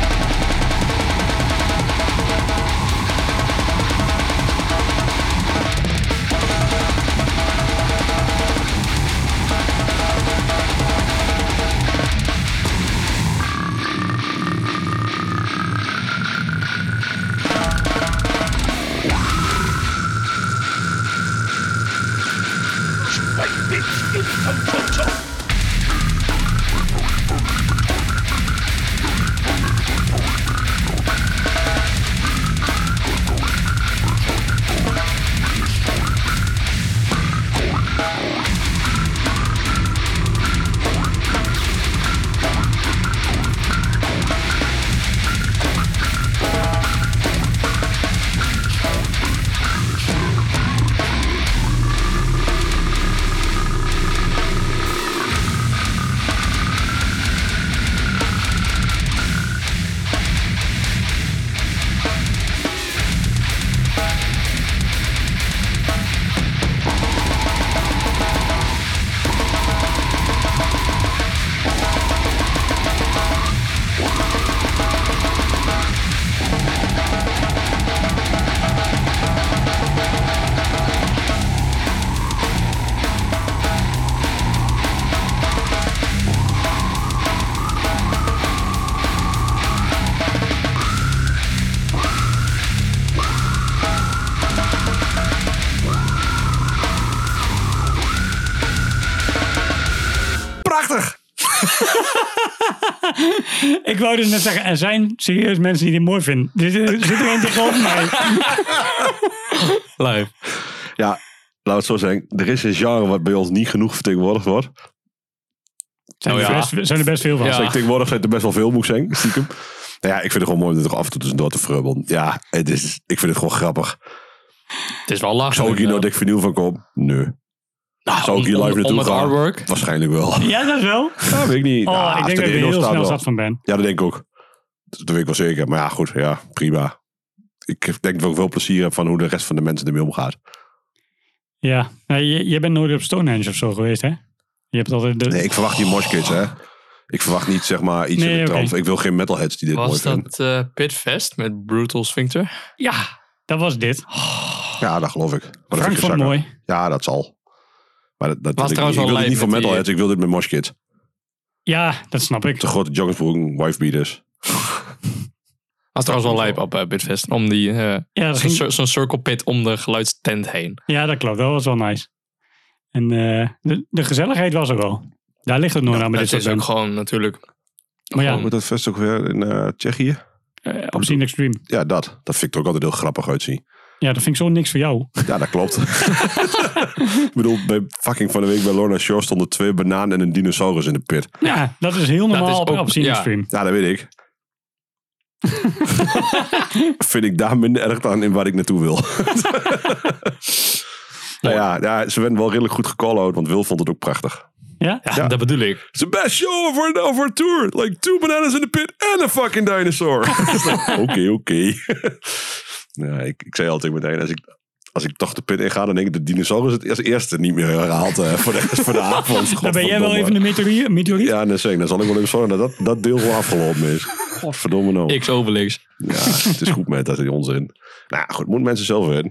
Ik wou dus net zeggen, er zijn serieus mensen die dit mooi vinden. Er zit er een tegenover mij. Live. Ja, laten we het zo zeggen. Er is een genre wat bij ons niet genoeg vertegenwoordigd wordt. Zijn, oh, er, ja. best, zijn er best veel van. Ja. Als ik tegenwoordig zijn er best wel veel, moet ik zeggen. Stiekem. Nou ja, ik vind het gewoon mooi om er toch af en toe tussendoor te frubbelen. Ja, het is, ik vind het gewoon grappig. Het is wel lachen. Zou ik hier nou dik vinyl van komen? Nee. Nou, Zou ik hier live naartoe om het gaan? artwork? Waarschijnlijk wel. Ja, dat wel. Ja, weet ik niet. Oh, ja, ik denk dat ik er heel snel zat van ben. Ja, dat denk ik ook. Dat weet ik wel zeker. Maar ja, goed. Ja, prima. Ik denk dat ik veel plezier heb van hoe de rest van de mensen ermee omgaat. Ja. Nou, je, je bent nooit op Stonehenge of zo geweest, hè? Je hebt altijd de... Nee, ik verwacht die moshkids, hè. Ik verwacht niet, zeg maar, iets Nee, in de trant. oké. Ik wil geen metalheads die dit mooi Was vinden. dat uh, Pitfest met Brutal Sphincter? Ja, dat was dit. Ja, dat geloof ik. Maar dat Frank vind ik vond het zakken. mooi. Ja, dat zal. Maar dat, dat, Was ik, trouwens ik wel wil dit lijp niet voor met die- metalheads. Ik wil dit met moshkids. Ja, dat snap ik. De grote joggingsbroek, wifebeaters. Was trouwens wel lijp op uh, Pitfest. Om die, uh, Ja, dat zo'n, ging... cir- zo'n circle pit om de geluidstent heen. ja, dat klopt. Dat was wel nice. En uh, de, de gezelligheid was er wel. Daar ligt het nooit aan bij dit Het soort is ook bands. gewoon natuurlijk... Maar ja, gewoon- Moet dat vest ook weer in uh, Tsjechië? uh, Obscene Extreme. Ja, dat. Dat vind ik er ook altijd heel grappig uitzien. Ja, dat vind ik zo niks voor jou. Ja, dat klopt. Ik bedoel, bij fucking van de week bij Lorna Shore stonden twee bananen en een dinosaurus in de pit. Ja, dat is heel normaal is op ook- Obscene ja. Extreme. Ja, dat weet ik. Vind ik daar minder erg aan in waar ik naartoe wil. Nou ja, ja, ze werden wel redelijk goed gecall-out, want Wil vond het ook prachtig. Ja? Ja, Ja. dat bedoel ik. It's the best show of our, of our tour. Like two bananas in the pit and a fucking dinosaur. Oké, oké. Ja, ik, ik zei altijd meteen, als ik, als ik toch de pit in ga, dan denk ik de dinosaurus het als eerste niet meer herhaald uh, voor, de, voor de avond. Dan ben jij wel Godverdomme. even de meteoriet. meteoriet? Ja, dan, zeg ik, dan zal ik wel even zorgen dat dat, dat deel gewoon afgelopen is. Godverdomme nou. X overlegs. Ja, het is goed met dat is onzin. Nou ja, goed, moet mensen zelf weten.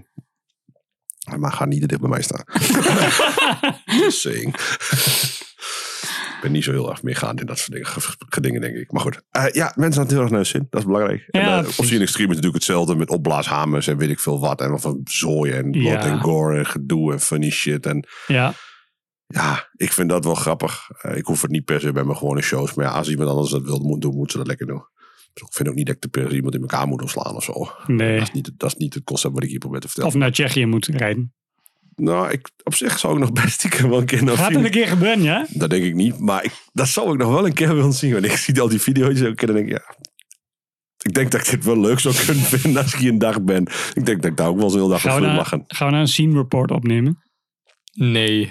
Maar ga niet te dicht bij mij staan. Just saying. Ik ben niet zo heel erg meegaand in dat soort dingen, ge- ge- dingen denk ik. Maar goed. Uh, ja, mensen hadden heel erg naar hun zin. Dat is belangrijk. Ja, en, uh, precies. op Scene Extreme is natuurlijk hetzelfde met opblaashamers en weet ik veel wat. En wat van zooi en bloed Ja. en gore en gedoe en funny shit. En Ja, ja, ik vind dat wel grappig. Uh, ik hoef het niet per se bij mijn gewone shows. Maar ja, als iemand anders dat wil moet doen, moet ze dat lekker doen. Dus ik vind ook niet dat ik per se iemand in elkaar moet opslaan of zo. nee. Dat is niet, dat is niet het concept wat ik hier probeer te vertellen. Of naar Tsjechië moet rijden. Nou, ik, op zich zou ik nog best stiekem wel een keer naar Gaat het Phoenix- een keer gebeuren, ja? Dat denk ik niet, maar ik, dat zou ik nog wel een keer willen zien. Want ik zie al die video's elke keer en denk ik, ja... Ik denk dat ik dit wel leuk zou kunnen vinden als ik hier een dag ben. Ik denk dat ik daar ook wel zo'n hele dag Gaan op we, wil naar, lachen. gaan we naar een scene report opnemen? Nee.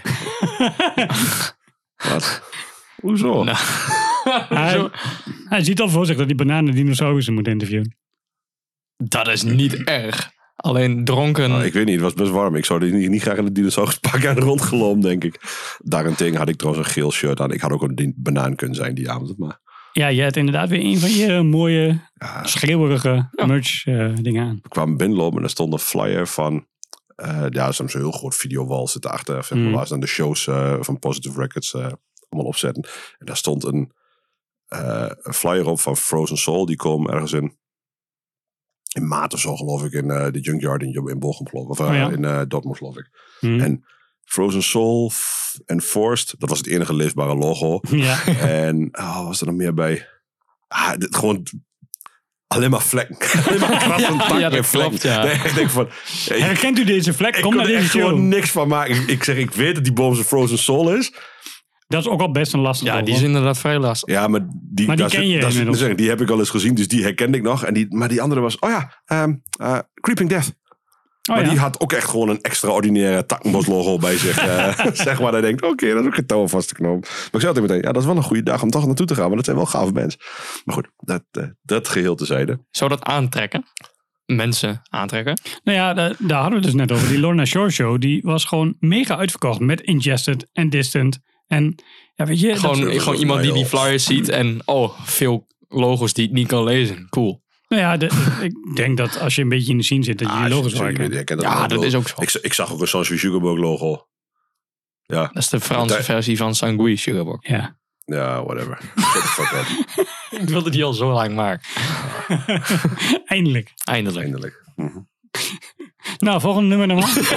Wat? Hoezo? Nou, Hij, zo- hij ziet al voor zich dat hij bananen dinosaurussen moet interviewen. dat is niet erg. Alleen dronken... Nou, ik weet niet, het was best warm. Ik zou die niet, niet graag in de dinosauruspak aan de rond gelopen, denk ik. Daarentegen had ik trouwens een geel shirt aan. Ik had ook een di- banaan kunnen zijn die avond. Maar Ja, je hebt inderdaad weer een van je mooie, ja, schreeuwerige Ja. merch eh, dingen aan. ik kwam binnenlopen en er stond een flyer van... Uh, ja, er is een heel groot videowal zitten achter. Zeg maar, Mm. waar ze dan de shows uh, van Positive Records uh, allemaal opzetten. En daar stond een, uh, een flyer op van Frozen Soul. Die komen ergens in, in maart of zo, geloof ik. In uh, de Junkyard in, in Bochum, geloof ik. Of uh, Oh ja. in uh, Dortmund, geloof ik. Hm. En Frozen Soul f- en Forced, dat was het enige leesbare logo. Ja, En oh, wat was er nog meer bij? Ah, dit, gewoon alleen maar vlekken. alleen maar krassen, takken ja, dat en vlekken. klopt, ja. Nee, ik denk van... hey, herkent u deze vlek? ik Kom kon naar er deze echt show. gewoon niks van maken. Ik, ik zeg, ik weet dat die boven zijn Frozen Soul is. Dat is ook al best een lastig ja, logo. die is inderdaad vrij lastig. Ja, maar die, Maar die dat ken is- je dat is- inmiddels. zeg ik, die heb ik al eens gezien, dus die herkende ik nog. En die, maar die andere was, oh ja, um, uh, Creeping Death. Oh, maar ja. die had ook echt gewoon een extraordinaire takkenbos logo bij zich. Uh, zeg maar, hij denkt, oké, okay, dat is ook geen touw aan vast te knopen. Maar ik zei altijd meteen, ja, dat is wel een goede dag om toch naartoe te gaan. Want dat zijn wel gave bands. Maar goed, dat, uh, dat geheel tezijde. Zou dat aantrekken? Mensen aantrekken? Nou ja, daar, daar hadden we het dus net over. Die Lorna Shore show, die was gewoon mega uitverkocht. Met Ingested en Distant. En ja, weet je... Gewoon, dat is gewoon iemand die mij die al. flyers ziet en oh, veel logos die ik niet kan lezen. Cool. Nou ja, de, ik denk dat als je een beetje in de scene zit, dat je die Ah, logos je- wel je- herkent. je kent Ja, wel. dat is ook zo. Ik, ik zag ook een Sansu Sugarbook logo. Ja, Dat is de Franse Dat- versie van Sangui Sugarbook. Ja. ja, whatever. Shut the fuck up. Ik wilde die al zo lang maken. Eindelijk. Eindelijk. Eindelijk. Mhm. Nou, volgende nummer dan maar.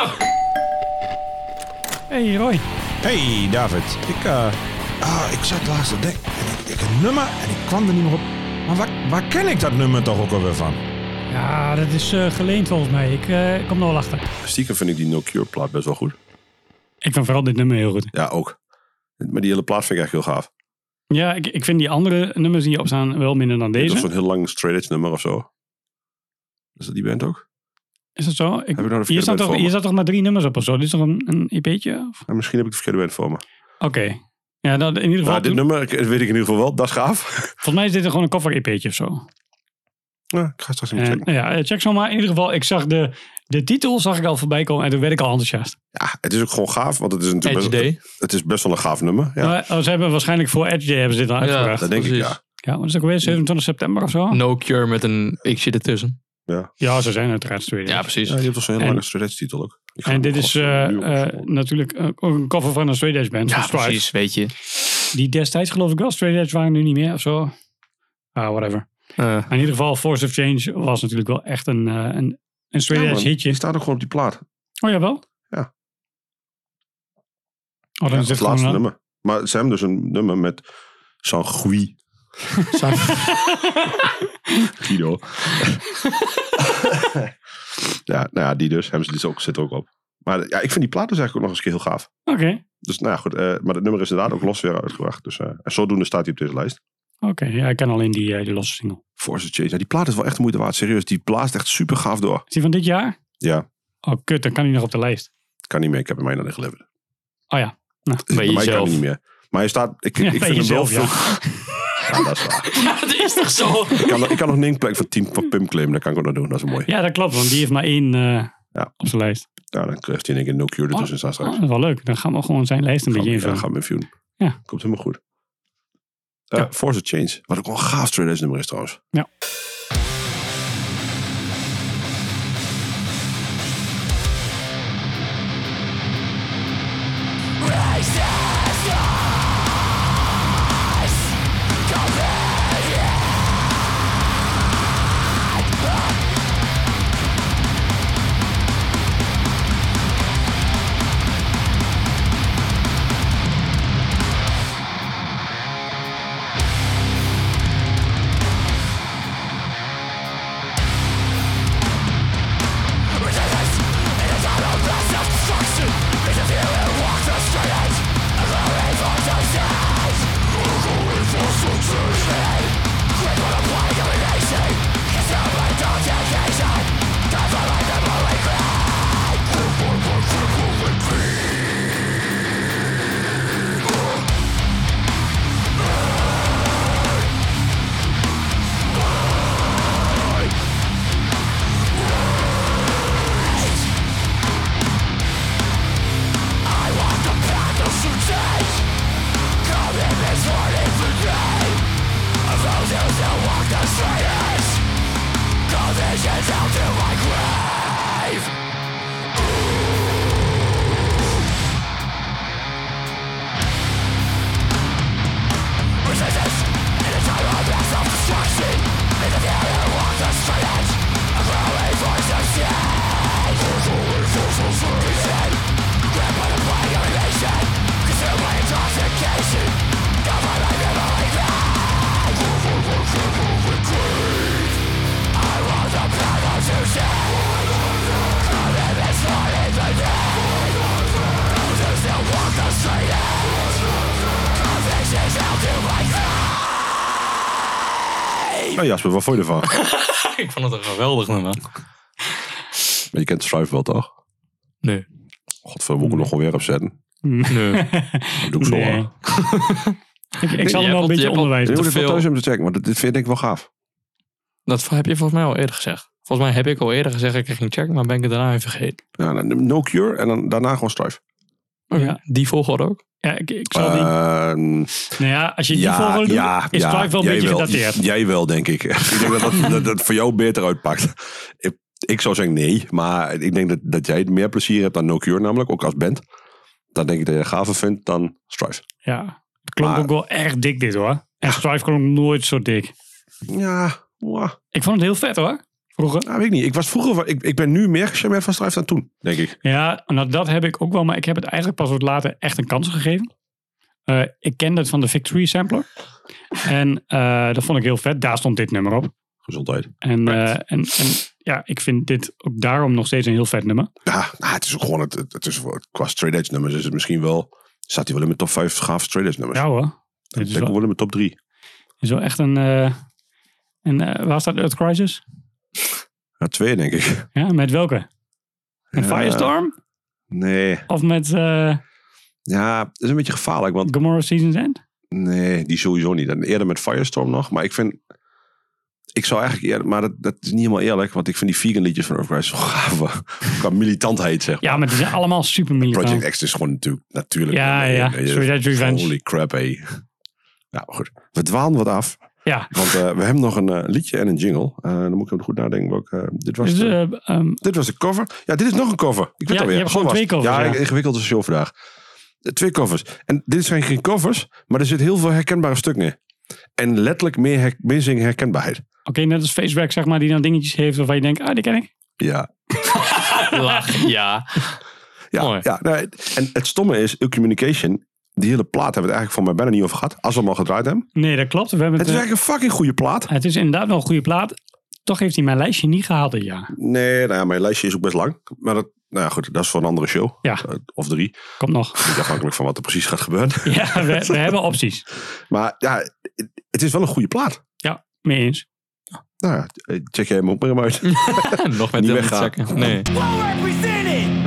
Hey Roy. Hey David, ik, uh, ah, ik zat laatst te denken. En ik, ik een nummer en ik kwam er niet meer op. Maar waar, waar ken ik dat nummer toch ook alweer van? Ja, dat is uh, geleend volgens mij. Ik uh, kom er wel achter. Stiekem vind ik die No Cure plaat best wel goed. Ik vind vooral dit nummer heel goed. Ja, ook. Maar die hele plaat vind ik echt heel gaaf. Ja, ik, ik vind die andere nummers die hierop staan wel minder dan Dat is deze. zo'n heel lang straight edge nummer of zo. Is dat die band ook? Is dat zo? Ik, Heb ik nou de hier, verkeerde staan band toch, voor hier me? staat toch maar drie nummers op of zo? Dit is toch een, een E P'tje? Of? Ja, misschien heb ik de verkeerde band voor me. Oké. Ja, dat, in ieder geval. Maar dit nummer weet ik in ieder geval wel. Dat is gaaf. Volgens mij is dit gewoon een cover E P'tje of zo. Ja, ik ga straks even En, checken. ja, check zo maar. In ieder geval, ik zag de, de titel zag ik al voorbij komen en toen werd ik al enthousiast. Ja, het is ook gewoon gaaf. Want het is natuurlijk Edge best, Day. het is best wel een gaaf nummer. Ja, Maar, oh, ze hebben waarschijnlijk voor Edge Day hebben ze dit al uitgebracht. dat denk ik, precies. ja. Ja, wat is het ook weer? zevenentwintig september of zo? No Cure met een x'je ertussen. Ja, ze zijn uiteraard straight Ja, edge. precies. Ja, je hebt toch zo'n hele En- lange straight edge titel ook. Die En gaat dit nog is wel eh, zo'n nieuw of eh, zo. natuurlijk eh, ook een cover van een straight edge band. Ja, van Strife. precies, weet je. Die destijds geloof ik wel straight edge waren, nu niet meer of zo. Ah, whatever. Uh, Maar in ieder geval, Force of Change was natuurlijk wel echt een, eh, een, een straight Ja, edge man, hitje. die staat ook gewoon op die plaat. Oh jawel? Ja. Oh, dan Ja, is het dit laatste gewoon... nummer. Maar ze hebben dus een nummer met Sangui. Guido. ja, nou ja, die dus. Hebben ze dus ook, zit er ook op. Maar ja, ik vind die plaat dus eigenlijk ook nog eens een keer heel gaaf. Oké. Dus nou ja, goed. eh, maar het nummer is inderdaad ook los weer uitgebracht. Dus, eh, en zodoende staat hij op deze lijst. Oké, ja, ik ken alleen die, eh, die losse single. Force Change. Ja, die plaat is wel echt de moeite waard. Serieus, die blaast echt super gaaf door. Is die van dit jaar? Ja, Oh, kut, dan kan hij nog op de lijst. kan niet meer. Ik heb hem mij nog niet geleverd. Oh ja. Dus bij mij kan jezelf. hij niet meer. Maar hij staat... Ik, Ja, ik bij vind hem wel jezelf, veel... Ja, dat is waar. ja, dat is toch zo? Ik kan, ik kan nog een plek van tien van Pim claimen. Dat kan ik ook nog doen. Dat is mooi. Ja, dat klopt, want die heeft maar één eh, Ja. op zijn lijst. Ja, dan krijgt hij in één keer No Cure ertussen staan Oh, straks. dat is wel leuk. Dan gaan we gewoon zijn lijst een Gaan beetje we, ja, invullen. gaan we invullen. Ja. Komt helemaal goed. Uh, Ja. Force Change. Wat ook wel een gaaf straight edge nummer is trouwens. Ja. Raise the Nou Jasper, wat vond je ervan? Ik vond het een geweldig nummer. Maar je kent Strife wel, toch? Nee. Godverdomme, moet ik er nog gewoon weer opzetten. Nee. Dat doe ik zo Nee. aan. ik, ik zal Je hem wel hebt- een beetje je hebt- onderwijzen. Je moet te het wel veel. thuis hebben te checken, want dit vind ik wel gaaf. Dat heb je volgens mij al eerder gezegd. Volgens mij heb ik al eerder gezegd dat ik het ging checken, maar ben ik het daarna even vergeten. Ja, dan No Cure en dan daarna gewoon Strife. Ja. Die volgorde ook? Ja, ik, ik zal die... Uh, nou ja, als je die ja, volgorde doet, ja, is ja, Strife wel een jij beetje wel, gedateerd. Jij wel, denk ik. Ik denk dat dat, dat dat voor jou beter uitpakt. Ik, ik zou zeggen nee, maar ik denk dat, dat jij meer plezier hebt dan No Cure namelijk, ook als band. Dan denk ik dat je het gaver vindt dan Strife. Ja, het klonk Maar- ook wel erg dik dit hoor. En Strife klonk nooit zo dik. Ja, wow. Ik vond het heel vet hoor, vroeger. Ja, weet ik niet. Ik was vroeger, ik, ik ben nu meer gecharmeerd van Strife dan toen, denk ik. Ja, nou, dat heb ik ook wel, maar ik heb het eigenlijk pas wat later echt een kans gegeven. Uh, ik kende het van de Victory Sampler. En uh, dat vond ik heel vet. Daar stond dit nummer op. Gezondheid. En, uh, en, en ja, ik vind dit ook daarom nog steeds een heel vet nummer. Ja, nou, het is ook gewoon, het, het is, qua straight edge nummers is het misschien wel, staat hij wel in mijn top vijf gaaf straight edge nummers. Ja hoor. Ik Dit is denk wel, wel in mijn top drie. is wel echt een... Uh, een uh, waar staat Earth Crisis? Ja, twee denk ik. Ja, met welke? Met Ja. Firestorm? Nee. Of met uh, Ja, het is een beetje gevaarlijk, want Gomorrah Season's End? nee, die sowieso niet. En eerder met Firestorm nog, maar ik vind, ik zou eigenlijk eerder, maar dat, dat is niet helemaal eerlijk, want ik vind die vegan liedjes van Earth Crisis zo gaaf. Qua militantheid, zeg maar. Ja, maar die zijn allemaal super militant. Project X is gewoon natuurlijk, natuurlijk. Ja, nee, ja. nee, Suicide Revenge. Holy crap, hé. Nou, goed. We dwalen wat af. Ja. Want uh, we hebben nog een uh, liedje en een jingle. Uh, dan moet ik even goed nadenken. Welke, uh, dit, was Dus, de, uh, um, dit was de cover. Ja, dit is nog een cover. Ik weet Ja, het alweer. je hebt Zo gewoon was twee het. covers, Ja, ja. ingewikkelde show vandaag. Uh, twee covers. En dit zijn geen covers, maar er zit heel veel herkenbare stukken in. En letterlijk meer, her, meer zingen herkenbaarheid. Oké, okay, net als Faceback, zeg maar, die dan dingetjes heeft waarvan je denkt, ah, die ken ik. Ja. Lach, ja. Ja, Mooi. ja nou, en het stomme is, Ill Communication, die hele plaat hebben we het eigenlijk voor mij bijna niet over gehad. Als we hem al gedraaid hebben. Nee, dat klopt. We hebben Het het, is uh, eigenlijk een fucking goede plaat. het is inderdaad wel een goede plaat. Toch heeft hij mijn lijstje niet gehaald dit jaar. Nee, nou ja, mijn lijstje is ook best lang. Maar dat, nou ja, goed, dat is voor een andere show. Ja. Uh, of drie. Komt nog. Beetje afhankelijk van wat er precies gaat gebeuren. Ja, we, we hebben opties. Maar ja, het, het is wel een goede plaat. Ja, mee eens. Nou ja, check jij hem ook maar hem uit. Nog met Niet Dylan weggaan. checken. Nee. Well represented.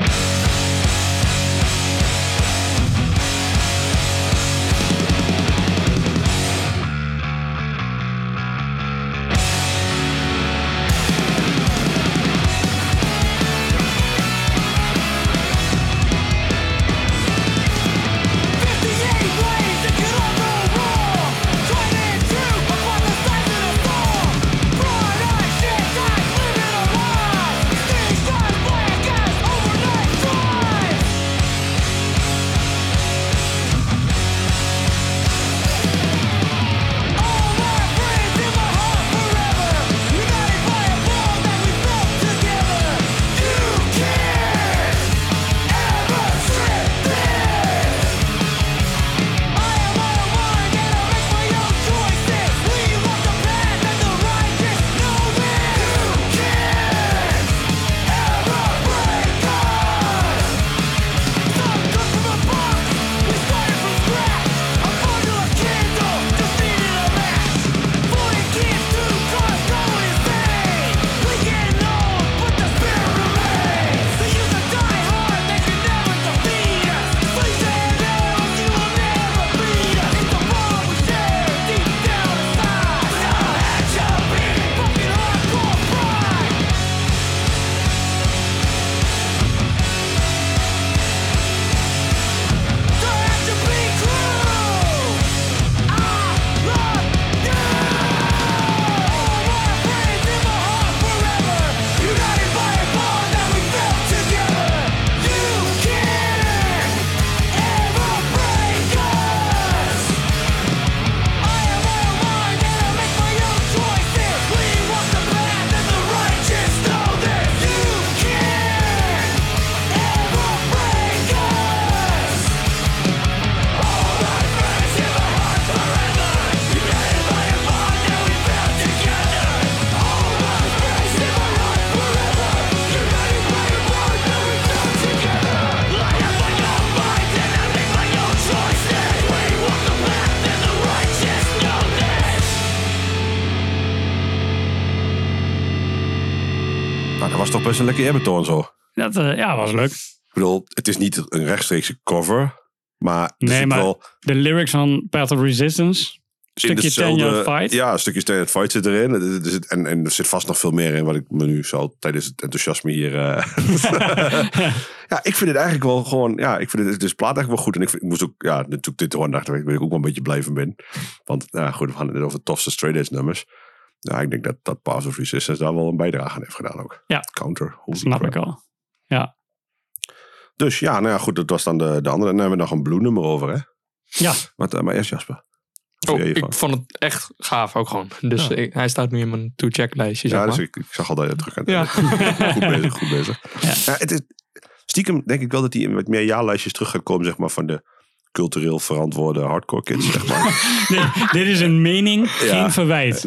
fifty-eight ways that could all go wrong. twenty-two upon the sides of the storm. Bright eyes, shit eyes, living a lie. These eyes black as Nou, dat was toch best een lekker eerbetoon zo. Dat uh, ja, was leuk. Ik bedoel, het is niet een rechtstreekse cover. Maar er Nee, zit maar wel de lyrics van Path of Resistance. Een in stukje ten hetzelfde- Yard Fight. Ja, een stukje ten Yard Fight zit erin. Er zit- En, en er zit vast nog veel meer in wat ik me nu zal tijdens het enthousiasme hier... Uh... ja, ik vind het eigenlijk wel gewoon... Ja, ik vind het, het is plaat eigenlijk wel goed. En ik, vind, ik moest ook... Ja, natuurlijk dit horen dacht ik, ben ik ook wel een beetje blij van ben. Want ja, goed, we hadden het net over de tofste Straight Edge nummers. Ja, ik denk dat, dat Path of Resistance daar wel een bijdrage aan heeft gedaan ook. Ja. Counter. Holy Snap crap. ik al. Ja. Dus ja, nou ja, goed, dat was dan de, de andere. En dan hebben we nog een Blue nummer over, hè? Ja. Wat, uh, maar eerst Jasper. Wat Oh, vind jij ik hiervan? vond het echt gaaf ook gewoon. Dus Ja. ik- hij staat nu in mijn to-check lijstje, zeg Ja, maar. dus ik, ik zag al dat je terug aan het Ja. goed bezig, goed bezig. Ja. Ja, het is, stiekem denk ik wel dat hij in wat meer jaarlijstjes terug gaat komen, zeg maar, van de cultureel verantwoorde hardcore kids, zeg maar. dit, dit is een mening, geen verwijt.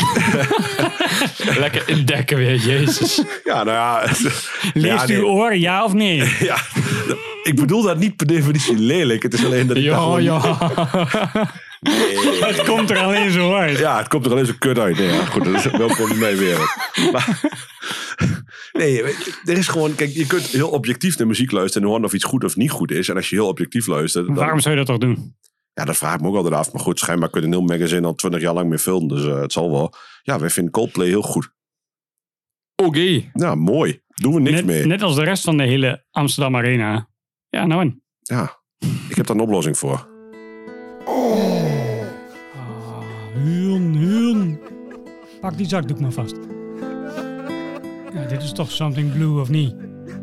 Lekker indekken weer, jezus. Ja, nou ja. Leest ja, nee. uw oren, ja of nee? Ja, ik bedoel dat niet per definitie lelijk. Het is alleen dat ik daar Ja, gewoon- ja. Nee. Het komt er alleen zo uit. Ja, het komt er alleen zo kut uit. Nee, ja, goed, dat is welkom in mijn wereld. Maar, nee, er is gewoon... Kijk, je kunt heel objectief naar muziek luisteren en horen of iets goed of niet goed is. En als je heel objectief luistert... Dan, Waarom zou je dat toch doen? Ja, dat vraag ik me ook altijd af. Maar goed, schijnbaar kun je een heel magazine al twintig jaar lang mee filmen. Dus uh, het zal wel. Ja, wij vinden Coldplay heel goed. Oké. Ja, mooi. Doen we niks Net, mee. net als de rest van de hele Amsterdam Arena. Ja, nou en. Ja, ik heb daar een oplossing voor. Huun, huun. Pak die zakdoek maar vast. Ja, dit is toch Something Blue of niet?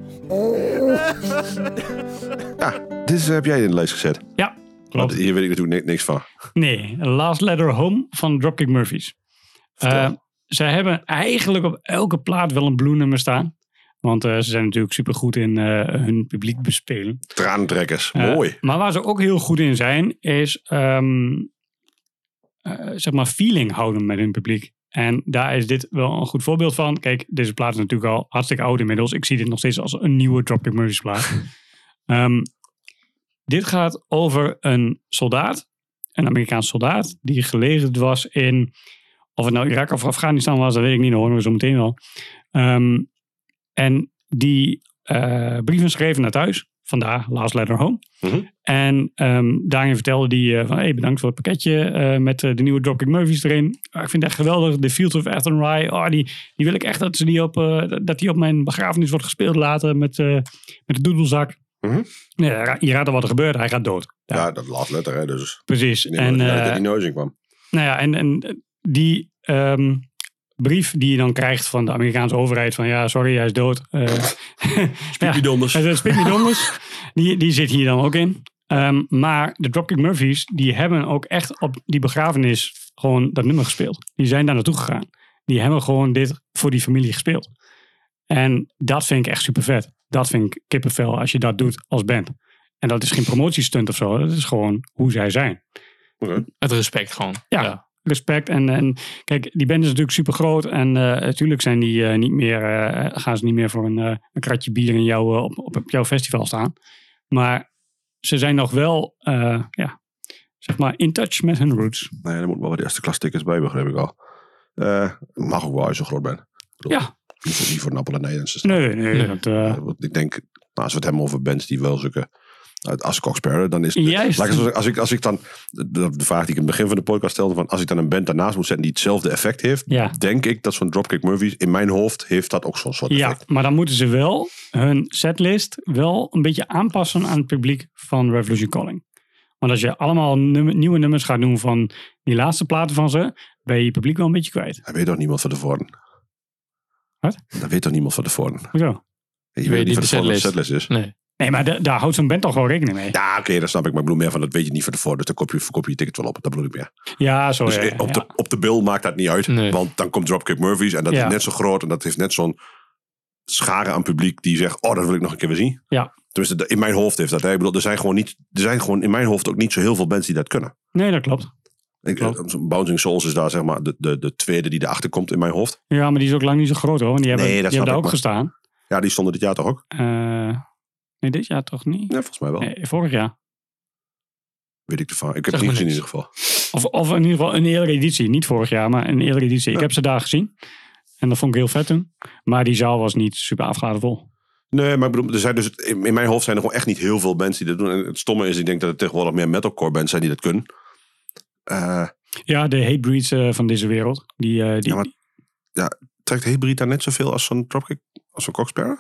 Ja, dit is, heb jij in de lijst gezet. Ja, Want klopt. hier weet ik natuurlijk ni- niks van. Nee, Last Letter Home van Dropkick Murphys. Vertel. Uh, zij hebben eigenlijk op elke plaat wel een Blue nummer staan. Want uh, ze zijn natuurlijk supergoed in uh, hun publiek bespelen. Tranentrekkers. Uh, Mooi. Maar waar ze ook heel goed in zijn, is um, uh, zeg maar feeling houden met hun publiek. En daar is dit wel een goed voorbeeld van. Kijk, deze plaat is natuurlijk al hartstikke oud inmiddels. Ik zie dit nog steeds als een nieuwe Dropkick Murphys plaat. um, dit gaat over een soldaat, een Amerikaanse soldaat, die gelegerd was in, of het nou Irak of Afghanistan was, dat weet ik niet, dat horen we zo meteen wel. Um, en die uh, brieven schreven naar thuis. Vandaar Last Letter Home. Mm-hmm. En um, daarin vertelde hij uh, van hey, bedankt voor het pakketje uh, met uh, de nieuwe Dropkick Murphys erin. Uh, ik vind het echt geweldig. The Fields of Athenry. Oh, die, die wil ik echt dat, ze die op, uh, dat die op mijn begrafenis wordt gespeeld later met, uh, met de doedelzak. Mm-hmm. Ja, je raadt al wat er gebeurt. Hij gaat dood. Ja, Ja, dat laat letter, hè. Dus precies. ik neem En, aan dat uh, die neus in kwam. nou ja, en, en die um, brief die je dan krijgt van de Amerikaanse overheid van ja, sorry, hij is dood. Uh, Spiepie donders. Ja, de Spiepie donders, die, die zit hier dan ook in. Um, maar de Dropkick Murphys, die hebben ook echt op die begrafenis gewoon dat nummer gespeeld. Die zijn daar naartoe gegaan. Die hebben gewoon dit voor die familie gespeeld. En dat vind ik echt super vet. Dat vind ik kippenvel als je dat doet als band. En dat is geen promotiestunt of zo. Dat is gewoon hoe zij zijn. Okay. Het respect gewoon. Ja, Ja. respect. En, en kijk, die band is natuurlijk super groot. En uh, natuurlijk zijn die uh, niet meer, uh, gaan ze niet meer voor een, uh, een kratje bier in jou, uh, op, op, op jouw festival staan. Maar ze zijn nog wel, uh, ja, zeg maar, in touch met hun roots. Nou ja, er moet wel wat eerste klas tickets bij, begreep ik al. Uh, mag ook wel als je zo groot bent. Bedoel, Ja. Niet voor, niet voor een appel en Nederlandse staan. Nee, nee. Nee. Dat, uh, Ik denk, nou, als we het hebben over bands die wel zulke uit Ascot Sparrow, dan is het... Juist. Laat ik zo zeggen, als, ik, als ik dan, de, de vraag die ik in het begin van de podcast stelde, van als ik dan een band daarnaast moet zetten die hetzelfde effect heeft, Ja. denk ik dat zo'n Dropkick Murphys, in mijn hoofd, heeft dat ook zo'n soort ja, effect. maar dan moeten ze wel hun setlist wel een beetje aanpassen aan het publiek van Revolution Calling. Want als je allemaal nummer, nieuwe nummers gaat doen van die laatste platen van ze, ben je je publiek wel een beetje kwijt. Dat weet toch niemand van tevoren? Wat? Dat weet toch niemand van tevoren? Hoezo? Je weet weet niet niet van de tevoren wat de setlist. setlist is. Nee. Nee, maar de, daar houdt zo'n band toch wel rekening mee. Ja, oké, okay, dat snap ik. Maar ik bedoel meer van, dat weet je niet van tevoren. Dus dan koop je, verkoop je je ticket wel op. Dat bedoel ik meer. Ja, zo Dus ja. op, ja. de, op de bill maakt dat niet uit. Nee. Want dan komt Dropkick Murphys. En dat Ja. is net zo groot. En dat heeft net zo'n schare aan publiek die zegt, oh, dat wil ik nog een keer weer zien. Ja. Tenminste, in mijn hoofd heeft dat. Hè. Ik bedoel, er zijn gewoon niet, er zijn gewoon in mijn hoofd ook niet zo heel veel bands die dat kunnen. Nee, dat klopt. Ik, Klopt. Bouncing Souls is daar zeg maar de, de, de tweede die erachter komt in mijn hoofd. Ja, maar die is ook lang niet zo groot hoor. Want die hebben, Nee, dat die hebben snap daar ik, ook maar- gestaan. Ja, die stonden dit jaar toch ook? Uh, nee, dit jaar toch niet? Ja, volgens mij wel. Nee, vorig jaar. Weet ik ervan. Ik heb Zeg het niet maar gezien in niks. ieder geval. Of, of in ieder geval een eerdere editie. Niet vorig jaar, maar een eerdere editie. Ja. Ik heb ze daar gezien. En dat vond ik heel vet toen. Maar die zaal was niet super afgeladen vol. Nee, maar ik bedoel, er zijn dus, in in mijn hoofd zijn er gewoon echt niet heel veel bands die dat doen. En het stomme is, ik denk dat het tegenwoordig meer metalcore bands zijn die dat kunnen. Uh, Ja, de Hatebreeds uh, van deze wereld. Die, uh, die, ja, maar, ja, trekt Hatebreed daar net zoveel als zo'n Dropkick, als zo'n Coxsparrow?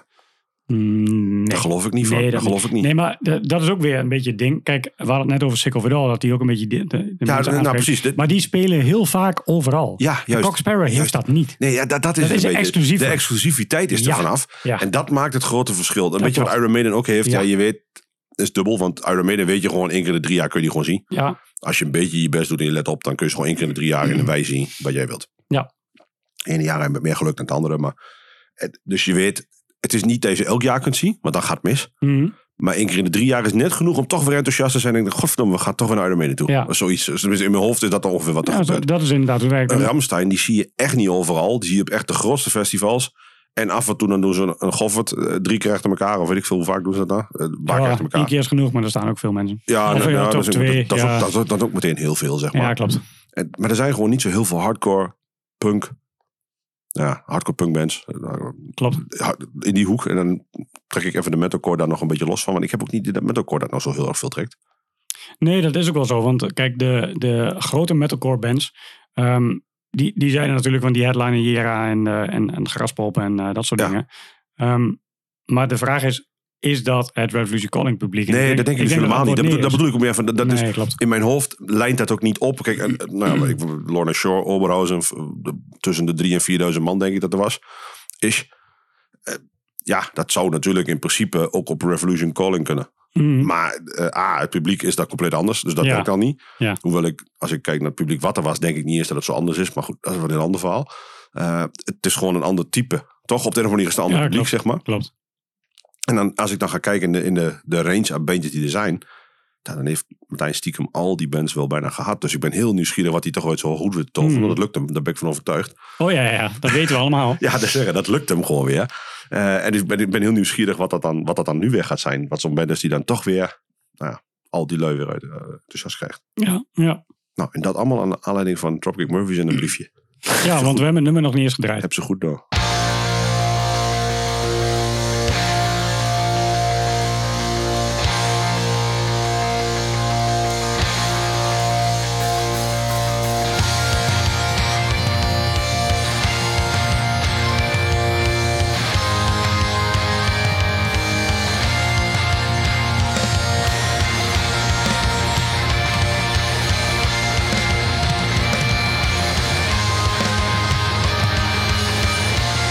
Mm, nee. Dat geloof ik niet van. Nee, dat dat geloof ik niet. Nee, maar de, dat is ook weer een beetje het ding. Kijk, we hadden het net over Sick of It All, dat die ook een beetje de, de, de ja, mensen nou aanspreekt. precies. Dit, Maar die spelen heel vaak overal. ja, juist. Cox Sparrow heeft juist. dat niet. Nee, ja, dat, dat is, Dat een is beetje, exclusief. de exclusiviteit is er Ja. vanaf. Ja. En dat maakt het grote verschil. Een Dat beetje wat klopt. Iron Maiden ook heeft. Ja. Ja. ja, je weet, het is dubbel. Want Iron Maiden weet je gewoon één keer in de drie jaar kun je die gewoon zien. Ja, Als je een beetje je best doet en je let op, dan kun je ze gewoon één keer in de drie jaar in de wij zien wat jij wilt. Ja. Ene jaar hebben we meer geluk dan het andere. Maar het, dus je weet, het is niet dat je elk jaar kunt zien, want dan gaat het mis. Mhm. Maar één keer in de drie jaar is net genoeg om toch weer enthousiast te zijn. En ik denk, godverdomme, we gaan toch weer naar Iron Maiden toe. Ja. Dat is zoiets. Dus in mijn hoofd is dat dan ongeveer wat er ja gebeurt. zo- dat is inderdaad hoe het werkt. Een Rammstein, die zie je echt niet overal. Die zie je op echt de grootste festivals. En af en toe dan doen ze een, een Goffert uh, drie keer achter elkaar. Of weet ik veel, hoe vaak doen ze dat nou? Uh, een paar keer Ja, achter één elkaar. keer is genoeg, maar er staan ook veel mensen. Ja, Of nou, ja, nou, top dat, is, twee, dat, is ja. ook, dat, is ook, dat is ook meteen heel veel, zeg maar. Ja, klopt. En, maar er zijn gewoon niet zo heel veel hardcore punk. Ja, hardcore punkbands. Klopt. In die hoek. En dan trek ik even de metalcore daar nog een beetje los van. Want ik heb ook niet dat metalcore dat nou zo heel erg veel trekt. Nee, dat is ook wel zo. Want kijk, de, de grote metalcore bands, um, die, die zijn er natuurlijk, want die headliner Jera en, uh, en, en Graspop en uh, dat soort Ja. dingen. Um, maar de vraag is, is dat het Revolution Calling publiek? En Nee, ik dat denk ik, ik dus helemaal niet. Dat bedoel, dat is. bedoel ik ook meer van. Dat, dat Nee, is, klopt. in mijn hoofd lijnt dat ook niet op. Kijk, en, nou, ja, ik, Lorna Shore, Oberhausen, de- tussen de drie en vierduizend man denk ik dat er was. Is, uh, ja, dat zou natuurlijk in principe ook op Revolution Calling kunnen. Mm, Maar uh, A, het publiek is daar compleet anders. Dus dat Ja. werkt al niet. Ja. Hoewel ik, als ik kijk naar het publiek wat er was, denk ik niet eens dat het zo anders is. Maar goed, dat is wel een ander verhaal. Uh, het is gewoon een ander type. Toch? Op de een of andere manier is het een ander Ja, publiek, klopt. zeg maar. klopt. En dan, als ik dan ga kijken in de, in de, de range aan bandjes die er zijn. Dan heeft Martijn stiekem al die bands wel bijna gehad. Dus ik ben heel nieuwsgierig wat hij toch ooit zo goed wil toveren. Mm. Want dat lukt hem, daar ben ik van overtuigd. Oh ja, ja, ja, dat weten we allemaal. Ja, dat, zeggen, dat lukt hem gewoon weer. Uh, en dus ben, ik ben heel nieuwsgierig wat dat, dan, wat dat dan nu weer gaat zijn. Wat zo'n band is die dan toch weer nou ja, al die lui weer uit uh, enthousiast krijgt. Ja, ja. Nou, en dat allemaal aan aanleiding van Dropkick Murphys in een briefje. ja want we hebben het nummer nog niet eens gedraaid. Heb ze goed door. Thank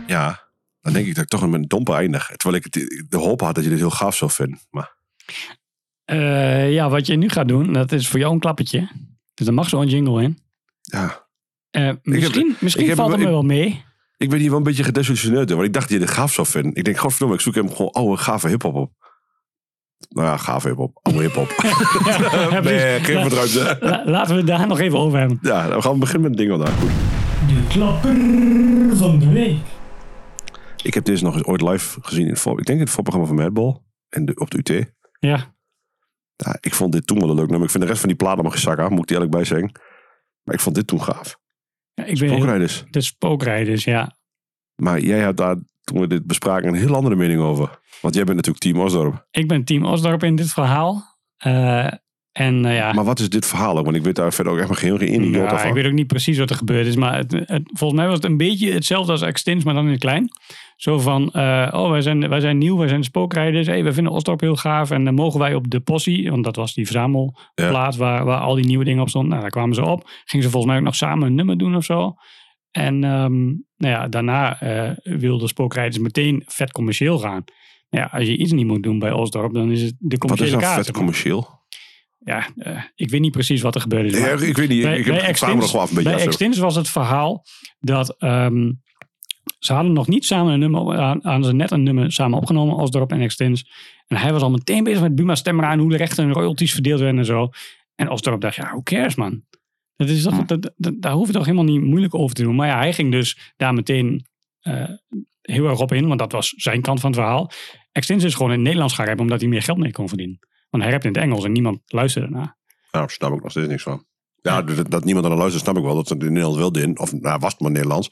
Ja, dan denk ik dat ik toch met een domper eindig. Terwijl ik het, de hoop had dat je dit heel gaaf zou vinden. Maar... Uh, ja, wat je nu gaat doen, dat is voor jou een klappertje. Dus er mag zo'n jingle in. Ja. Uh, misschien heb, misschien heb, valt het me wel mee. Ik ben hier wel een beetje gedesillusioneerd. Want ik dacht dat je dit gaaf zou vinden. Ik denk, godverdomme, ik zoek hem gewoon oude gave hiphop op. Nou ja, gave hiphop. Oude hiphop. ja, nee, geef me eruit. La, laten we het daar nog even over hebben. Ja, dan gaan we beginnen met een ding daar. Goed. De klapper van de week. Ik heb deze nog eens ooit live gezien. In het, ik denk in het voorprogramma van Madball. En de, op de U T. Ja. Ja, ik vond dit toen wel een leuk nummer. Ik vind de rest van die plaat nog geen zak aan, moet ik eerlijk bij zeggen. Maar ik vond dit toen gaaf. Ja, ik Spookrijders. De spookrijders, ja. Maar jij had daar, toen we dit bespraken, een heel andere mening over. Want jij bent natuurlijk team Osdorp. Ik ben team Osdorp in dit verhaal. Uh, en uh, ja. Maar wat is dit verhaal ook? Want ik weet daar verder ook echt maar geen geen ja, van. Ik weet ook niet precies wat er gebeurd is. Maar het, het, volgens mij was het een beetje hetzelfde als Extins, maar dan in het klein. Zo van, uh, oh, wij zijn, wij zijn nieuw, wij zijn de spookrijders. Hey, wij vinden Osdorp heel gaaf. En dan mogen wij op de possie, want dat was die verzamelplaats ja. waar, waar al die nieuwe dingen op stonden. Nou, daar kwamen ze op. Gingen ze volgens mij ook nog samen een nummer doen of zo. En um, nou ja, daarna uh, wilden spookrijders meteen vet commercieel gaan. Nou ja, als je iets niet moet doen bij Osdorp, dan is het de commerciële kaart. Wat is nou vet commercieel? Ja, uh, ik weet niet precies wat er gebeurd is. Ja, ik weet niet. Bij, ik heb bij Extins, nog wel af een beetje bij Extins was het verhaal dat um, ze hadden nog niet samen een nummer, aan, aan ze net een nummer samen opgenomen, Osdorp en Extins. En hij was al meteen bezig met Buma Stemra en hoe de rechten en royalties verdeeld werden en zo. En Osdorp dacht, ja, who cares, man? Dat is toch, dat, dat, daar hoef je toch helemaal niet moeilijk over te doen. Maar ja, hij ging dus daar meteen uh, heel erg op in, want dat was zijn kant van het verhaal. Extins is gewoon in het Nederlands gaan rappen, omdat hij meer geld mee kon verdienen. Want hij rapt in het Engels en niemand luisterde naar. Nou, daar snap ik nog steeds niks van. Ja, dat, dat niemand aan de luistert, snap ik wel. Dat ze het in Nederlands wel in. Of nou, was het maar Nederlands.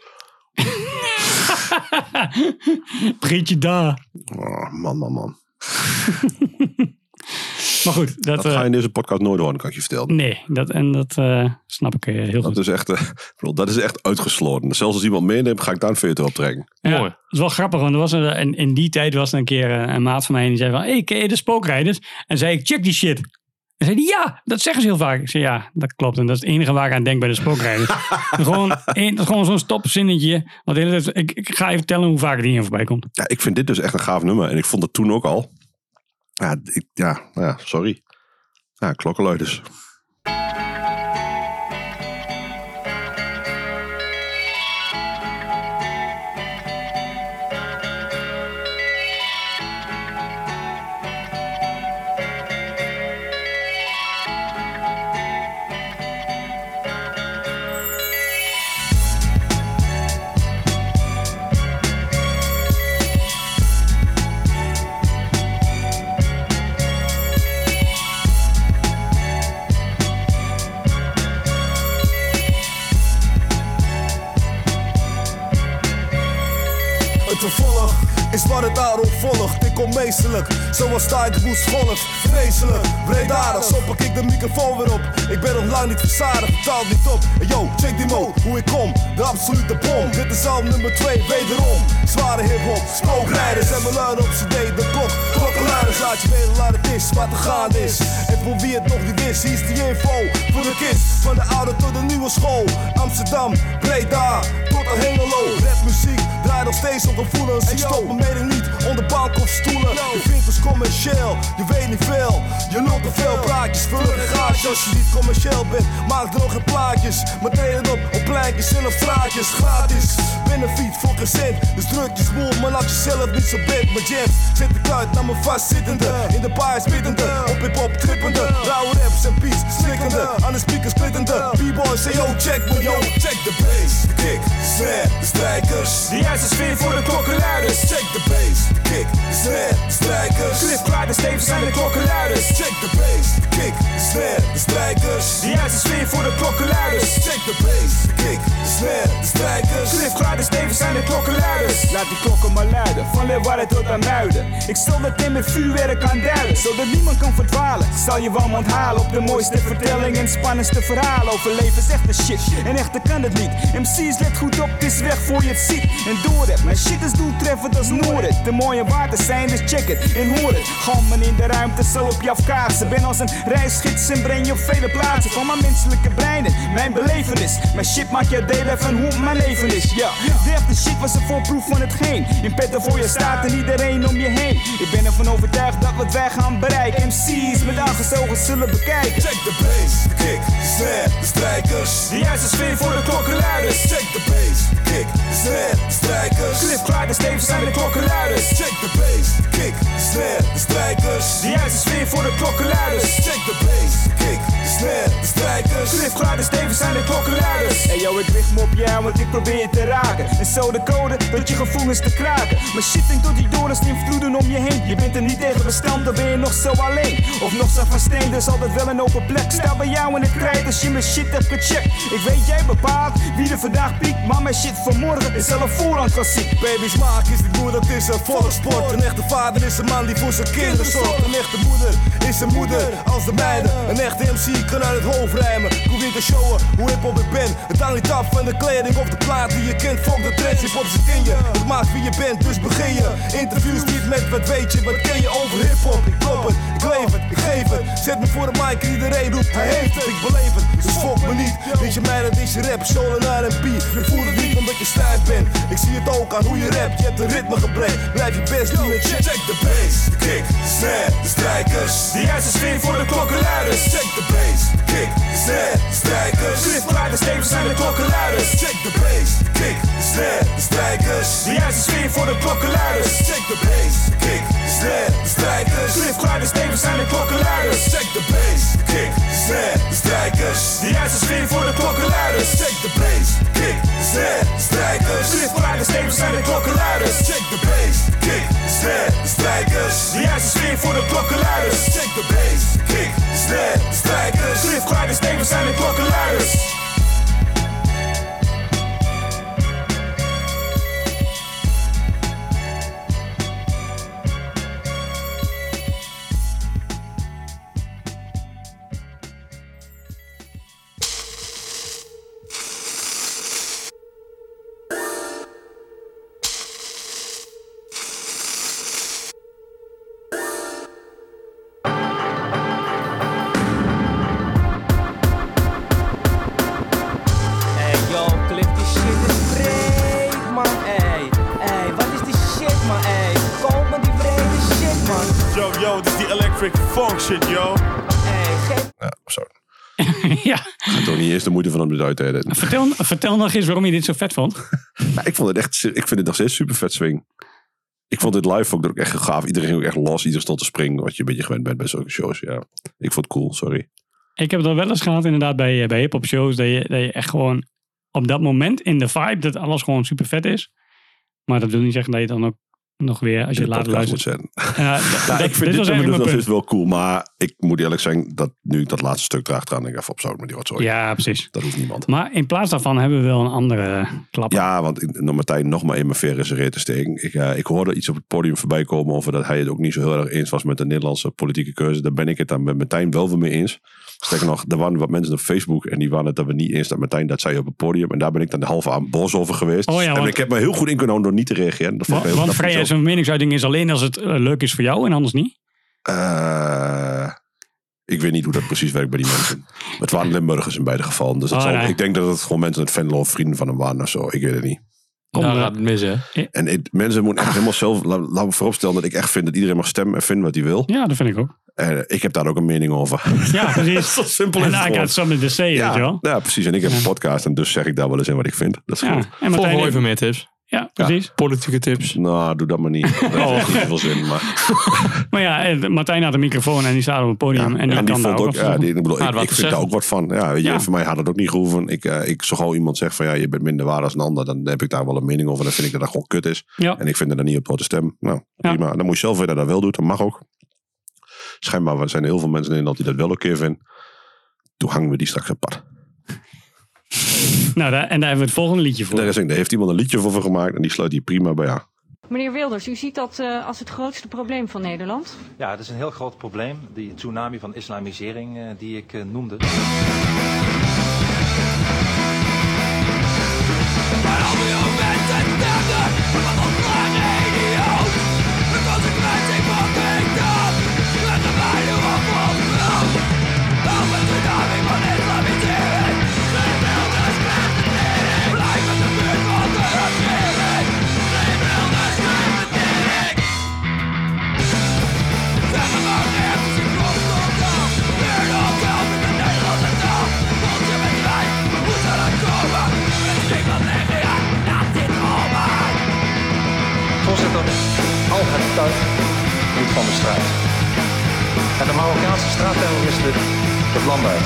Prietje daar. Oh, man, man, man. Maar goed. Dat, dat ga je in deze podcast nooit horen, kan ik je vertellen. Nee, dat, en dat uh, snap ik uh, heel dat goed. Is echt, uh, dat is echt uitgesloten. Zelfs als iemand meeneemt, ga ik daar een veto op trekken. Ja, mooi. Dat is wel grappig, want er was een, in, in die tijd was er een keer uh, een maat van mij en die zei van, hey, ken je de spookrijders? En zei ik, check die shit. En zei hij, ja, dat zeggen ze heel vaak. Ik zei, ja, dat klopt. En dat is het enige waar ik aan denk bij de spookrijders. gewoon, een, dat is gewoon zo'n stopzinnetje. Want de hele tijd, ik, ik ga even tellen hoe vaak die hier voorbij komt. Ja, ik vind dit dus echt een gaaf nummer. En ik vond het toen ook al. Ja, ik, ja, ja sorry. Ja, klokkenluiders. Vervolg is wat het daarop volgt. Ik kom meestelijk, zoals Tigerwoods golf. Vreselijk, breedadig, zo pak ik de microfoon weer op. Ik ben nog lang niet verzadigd, vertaal niet op. Hey yo, check die mode, hoe ik kom, de absolute bom. Dit is album nummer twee, wederom. Zware hiphop, spookrijders en we luiden op cd. De klok, klokkenluiders, laat je weten waar het is, wat er gaande is. En voor wie het nog niet wist, hier is die info. Voor de kids, van de oude tot de nieuwe school. Amsterdam, Breda, tot de Hengelo. Rapmuziek, draait nog steeds om gevoelens. Ik stoot mijn mening niet onder bank of stoelen. Je vindt ons commercieel, je weet niet veel. Je lult te veel praatjes, vullen een gaatje. Als je niet commercieel bent, maak droge plaatjes. Maar treden het op, op pleintjes en op straatjes. Gratis, benefiet voor gezin. Dus druk je smoel, maar laat jezelf niet zo bent. Mijn jams, zet de kuit naar mijn vastzittende. In de paars biddende, op hip-hop trippende. Rauwe raps en beats, slikkende. Aan de speakers splittende. B-boys say yo, check me yo, check the bass. De kick, de snare, de strijkers. De juiste sfeer voor de klokkenluiders. Check the bass, de kick, de snare, de strijkers. Cliff klaar, de stevens zijn de klokkenluiders. Check the bass, de kick, de snare, de strijkers. De juiste sfeer voor de klokkenluiders. Check the bass, de kick, de snare, de strijkers. Cliff klaar, de stevens zijn de klokkenluiders. Laat die klokken maar luiden, van Leeuwarden tot aan Muiden. Ik stel dat in met vuurwerk kan duiden, zodat niemand kan verdwalen. Zal je wel onthalen op de mooiste vertelling en spannendste verhalen. Over leven zegt de shit, en echter kan het niet. M C's let goed op, het is weg voor je het ziet. En door het, mijn shit is doeltreffend als Noord. De mooie waters zijn, dus check het en hoor het. Galmen in de ruimte zal op je afkaatsen. Ben als een reisgids en breng je op vele plaatsen. Van mijn menselijke breinen, mijn belevenis. Mijn shit maakt jou delen van hoe mijn leven is, ja. De De shit was een voorproef van hetgeen. In petto voor je staat en iedereen om je heen. Ik ben ervan overtuigd dat wat wij gaan bereiken. M C's met aangezogen zullen bekijken. Check de bass, de kick, de snare, de strijkers. De juiste sfeer voor de klokkenluiders. Check de bass, de kick, de snare, de strijkers. Cliff Clark en Stevens zijn de klokkenluiders. Check de bass, de kick, de snare, de strijkers. De juiste sfeer voor de klokkenluiders. Check de bass, de kick, de snare, de strijkers. Cliff Clark en Stevens zijn de klokkenluiders. Hey yo, ik richt me op jou, want ik probeer je te raken. En zo de code, dat je gevoelens te kraken. Maar shit denkt tot die dorens invloeden om je heen. Je bent er niet tegen bestand, dan ben je nog zo alleen. Of nog zo van steen, dus altijd wel een open plek. Sta bij jou in de krijt als je mijn shit hebt gecheckt. Ik weet jij bepaalt wie er vandaag piekt. Maar mijn shit van morgen is al een voorhand klassiek. Baby's maak is niet moe, dat is een volkssport. Een echte vader is een man die voor zijn kinderen zorgt. Een echte moeder is een moeder als de mijne. Een echte M C kan uit het hoofd rijmen. Ik hoef niet te showen hoe hip-hop ik ben. Het hangt niet af van de kleding of de plaat die je kent. Volg de trends, hip-hop ze ken je. Het maakt wie je bent, dus begin je. Interviews niet met wat weet je, wat ken je over hip-hop. Ik klop het, ik leef het, ik geef het. Zet me voor de mic en iedereen roept, hij heeft het. Ik beleef het, dus fok me niet. Dit je mij, dat is je rap, soul en R en B. Je voelt het niet omdat je stijf bent. Ik zie het ook aan hoe je rapt, je hebt een ritmegebrek. Blijf je best doen en check, check de bass, de kick, de snare, de strijkers. De juiste sfeer voor de klokkenluiders. Check de bass, de kick, de snare, de strijkers. Cliff Clark en Stevens zijn de klokkenluiders. Check de bass, de kick, de snare, de strijkers. De juiste sfeer voor de klokkenluiders. Check de bass, de kick, de snare, de strijkers. Cliff Clark en Stevens zijn de klokkenluiders. Check de bass, de kick, de snare, de strijkers. De juiste sfeer voor de klokkenluiders. Check de bass, de kick, de snare, de strijkers. Cliff Clark en Stevens zijn de klokkenluiders. Check de bass, de kick, de snare, de strijkers. De juiste sfeer voor de klokkenluiders. Check de bass, de kick, de snare, de strijkers. Cliff Clark en Stevens zijn de klokkenluiders. Funk shit, yo. Hey, geen... Ja, sorry. ja. Het toch niet eens de moeite van om dit uit te editen. Vertel, vertel nog eens waarom je dit zo vet vond. Nou, ik vond het echt, ik vind het nog steeds super vet swing. Ik vond dit live ook, ook echt gaaf. Iedereen ging ook echt los. Iedereen stond te springen. Wat je een beetje gewend bent bij zulke shows. Ja, ik vond het cool, sorry. Ik heb het al wel eens gehad inderdaad bij, bij hip-hop shows. Dat je, dat je echt gewoon op dat moment in de vibe dat alles gewoon super vet is. Maar dat wil niet zeggen dat je dan ook nog weer, als je het later luistert. Ja, d- nou, ik vind dit, dit nog steeds wel cool. Maar ik moet eerlijk zijn, dat nu ik dat laatste stuk draag, dan denk ik even op zout met die rotzooi. Ja, precies. Dat hoeft niemand. Maar in plaats daarvan hebben we wel een andere klap. Ja, want ik, nog Martijn nog maar in mijn ver reserveerd te steken. Ik, uh, ik hoorde iets op het podium voorbij komen over dat hij het ook niet zo heel erg eens was met de Nederlandse politieke keuze. Daar ben ik het dan met Martijn wel weer mee eens. Sterker nog, er waren wat mensen op Facebook en die waren het dat we niet eens dat Martijn dat zei op het podium. En daar ben ik dan de halve aan bos over geweest. Oh ja, en want, ik heb me heel goed in kunnen houden door niet te reageren. Dat want heel, want vrijheid van meningsuiting is alleen als het uh, leuk is voor jou en anders niet? Uh, ik weet niet hoe dat precies werkt bij die mensen. Het waren Limburgers in beide gevallen. Dus het oh, zal, nee. ik denk dat het gewoon mensen uit Venlo of vrienden van hem waren of zo. Ik weet het niet. Kom, daar gaat het mis, hè? En het, mensen moeten echt helemaal zelf... Laat, laat me vooropstellen dat ik echt vind dat iedereen mag stemmen en vinden wat hij wil. Ja, dat vind ik ook. En ik heb daar ook een mening over. Ja, precies. Zo simpel is en het I gewoon. got something to say, Ja, weet je wel. ja, precies. En ik heb een podcast en dus zeg ik daar wel eens in wat ik vind. Dat is Ja, goed. en Volg Martijn, even meer tips. ja, precies. Politieke tips. Nou, doe dat maar niet. Dat heeft echt niet zoveel zin. Maar, Maar ja, eh, Martijn had een microfoon en die staat op het podium. ja, en die en kan die daar vond ook ook... wat Ja, van. die, ik bedoel, Ah, ik, wat ik te vind daar zeggen. ook wat van. Ja, weet je, Ja. voor mij had het ook niet gehoeven. Ik, uh, ik, zo gauw iemand zegt van ja, je bent minder waar als een ander. Dan heb ik daar wel een mening over. Dan vind ik dat dat gewoon kut is. Ja. En ik vind er dan niet op door te stemmen. Nou, Ja. prima. Dan moet je zelf weten dat dat wel doet. Dat mag ook. Schijnbaar zijn er heel veel mensen in Nederland die dat wel oké vinden. Toen hangen we die straks op pad. Nou, daar, en daar hebben we het volgende liedje voor. Daar, is, daar heeft iemand een liedje voor gemaakt. En die sluit hier prima bij aan. Meneer Wilders, u ziet dat uh, als het grootste probleem van Nederland? Ja, het is een heel groot probleem. Die tsunami van islamisering uh, die ik uh, noemde. Blijf met de buurt van de regering. het tuig niet van de strijd. En de Marokkaanse straatterroristen het land uit.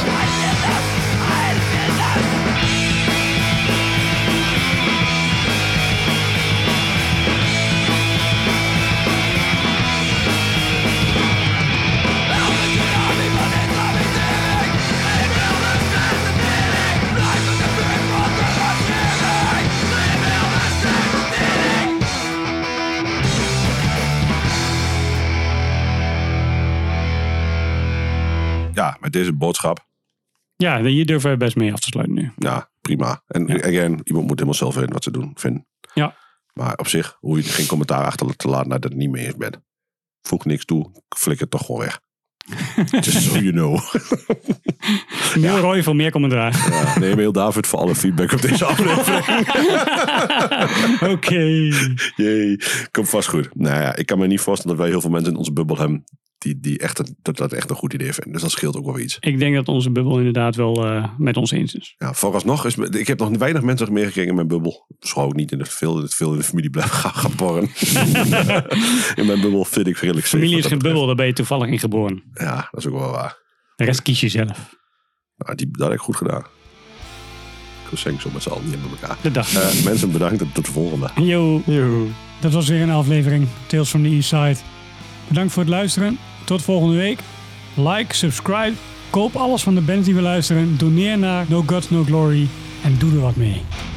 Ja, met deze boodschap. Ja, hier durven we best mee af te sluiten nu. Ja, prima. En Ja. again, iemand moet helemaal zelf weten wat ze doen, vinden. Ja. Maar op zich, hoe je geen commentaar achter te laten nadat het niet mee eens bent. Voeg niks toe, flik het toch gewoon weg. Just so you know. Mail Roy voor meer commentaar. Ja, nee, mail David voor alle feedback op deze aflevering. Oké. Okay. Jee, komt vast goed. Nou ja, ik kan me niet voorstellen dat wij heel veel mensen in onze bubbel hebben die, die echt, een- dat, dat echt een goed idee vinden. Dus dat scheelt ook wel iets. Ik denk dat onze bubbel inderdaad wel uh, met ons eens is. Ja, vooralsnog is, ik heb nog weinig mensen meegekregen in mijn bubbel. Zou ook niet in het veel, in het veel in de familie blijven gaan, gaan porren. In mijn bubbel vind ik redelijk safe. Familie is wat geen dat bubbel, daar ben je toevallig in geboren. betreft. Ja, dat is ook wel waar. De rest kies je zelf. Nou, die, dat heb ik goed gedaan. Ik zing zo met z'n allen niet met elkaar. De dag. Uh, mensen bedankt en tot de volgende. Yo. Yo. Dat was weer een aflevering Tales from the East Side. Bedankt voor het luisteren. Tot volgende week. Like, subscribe. Koop alles van de bands die we luisteren. Doneer naar No Gods, No Glory. En doe er wat mee.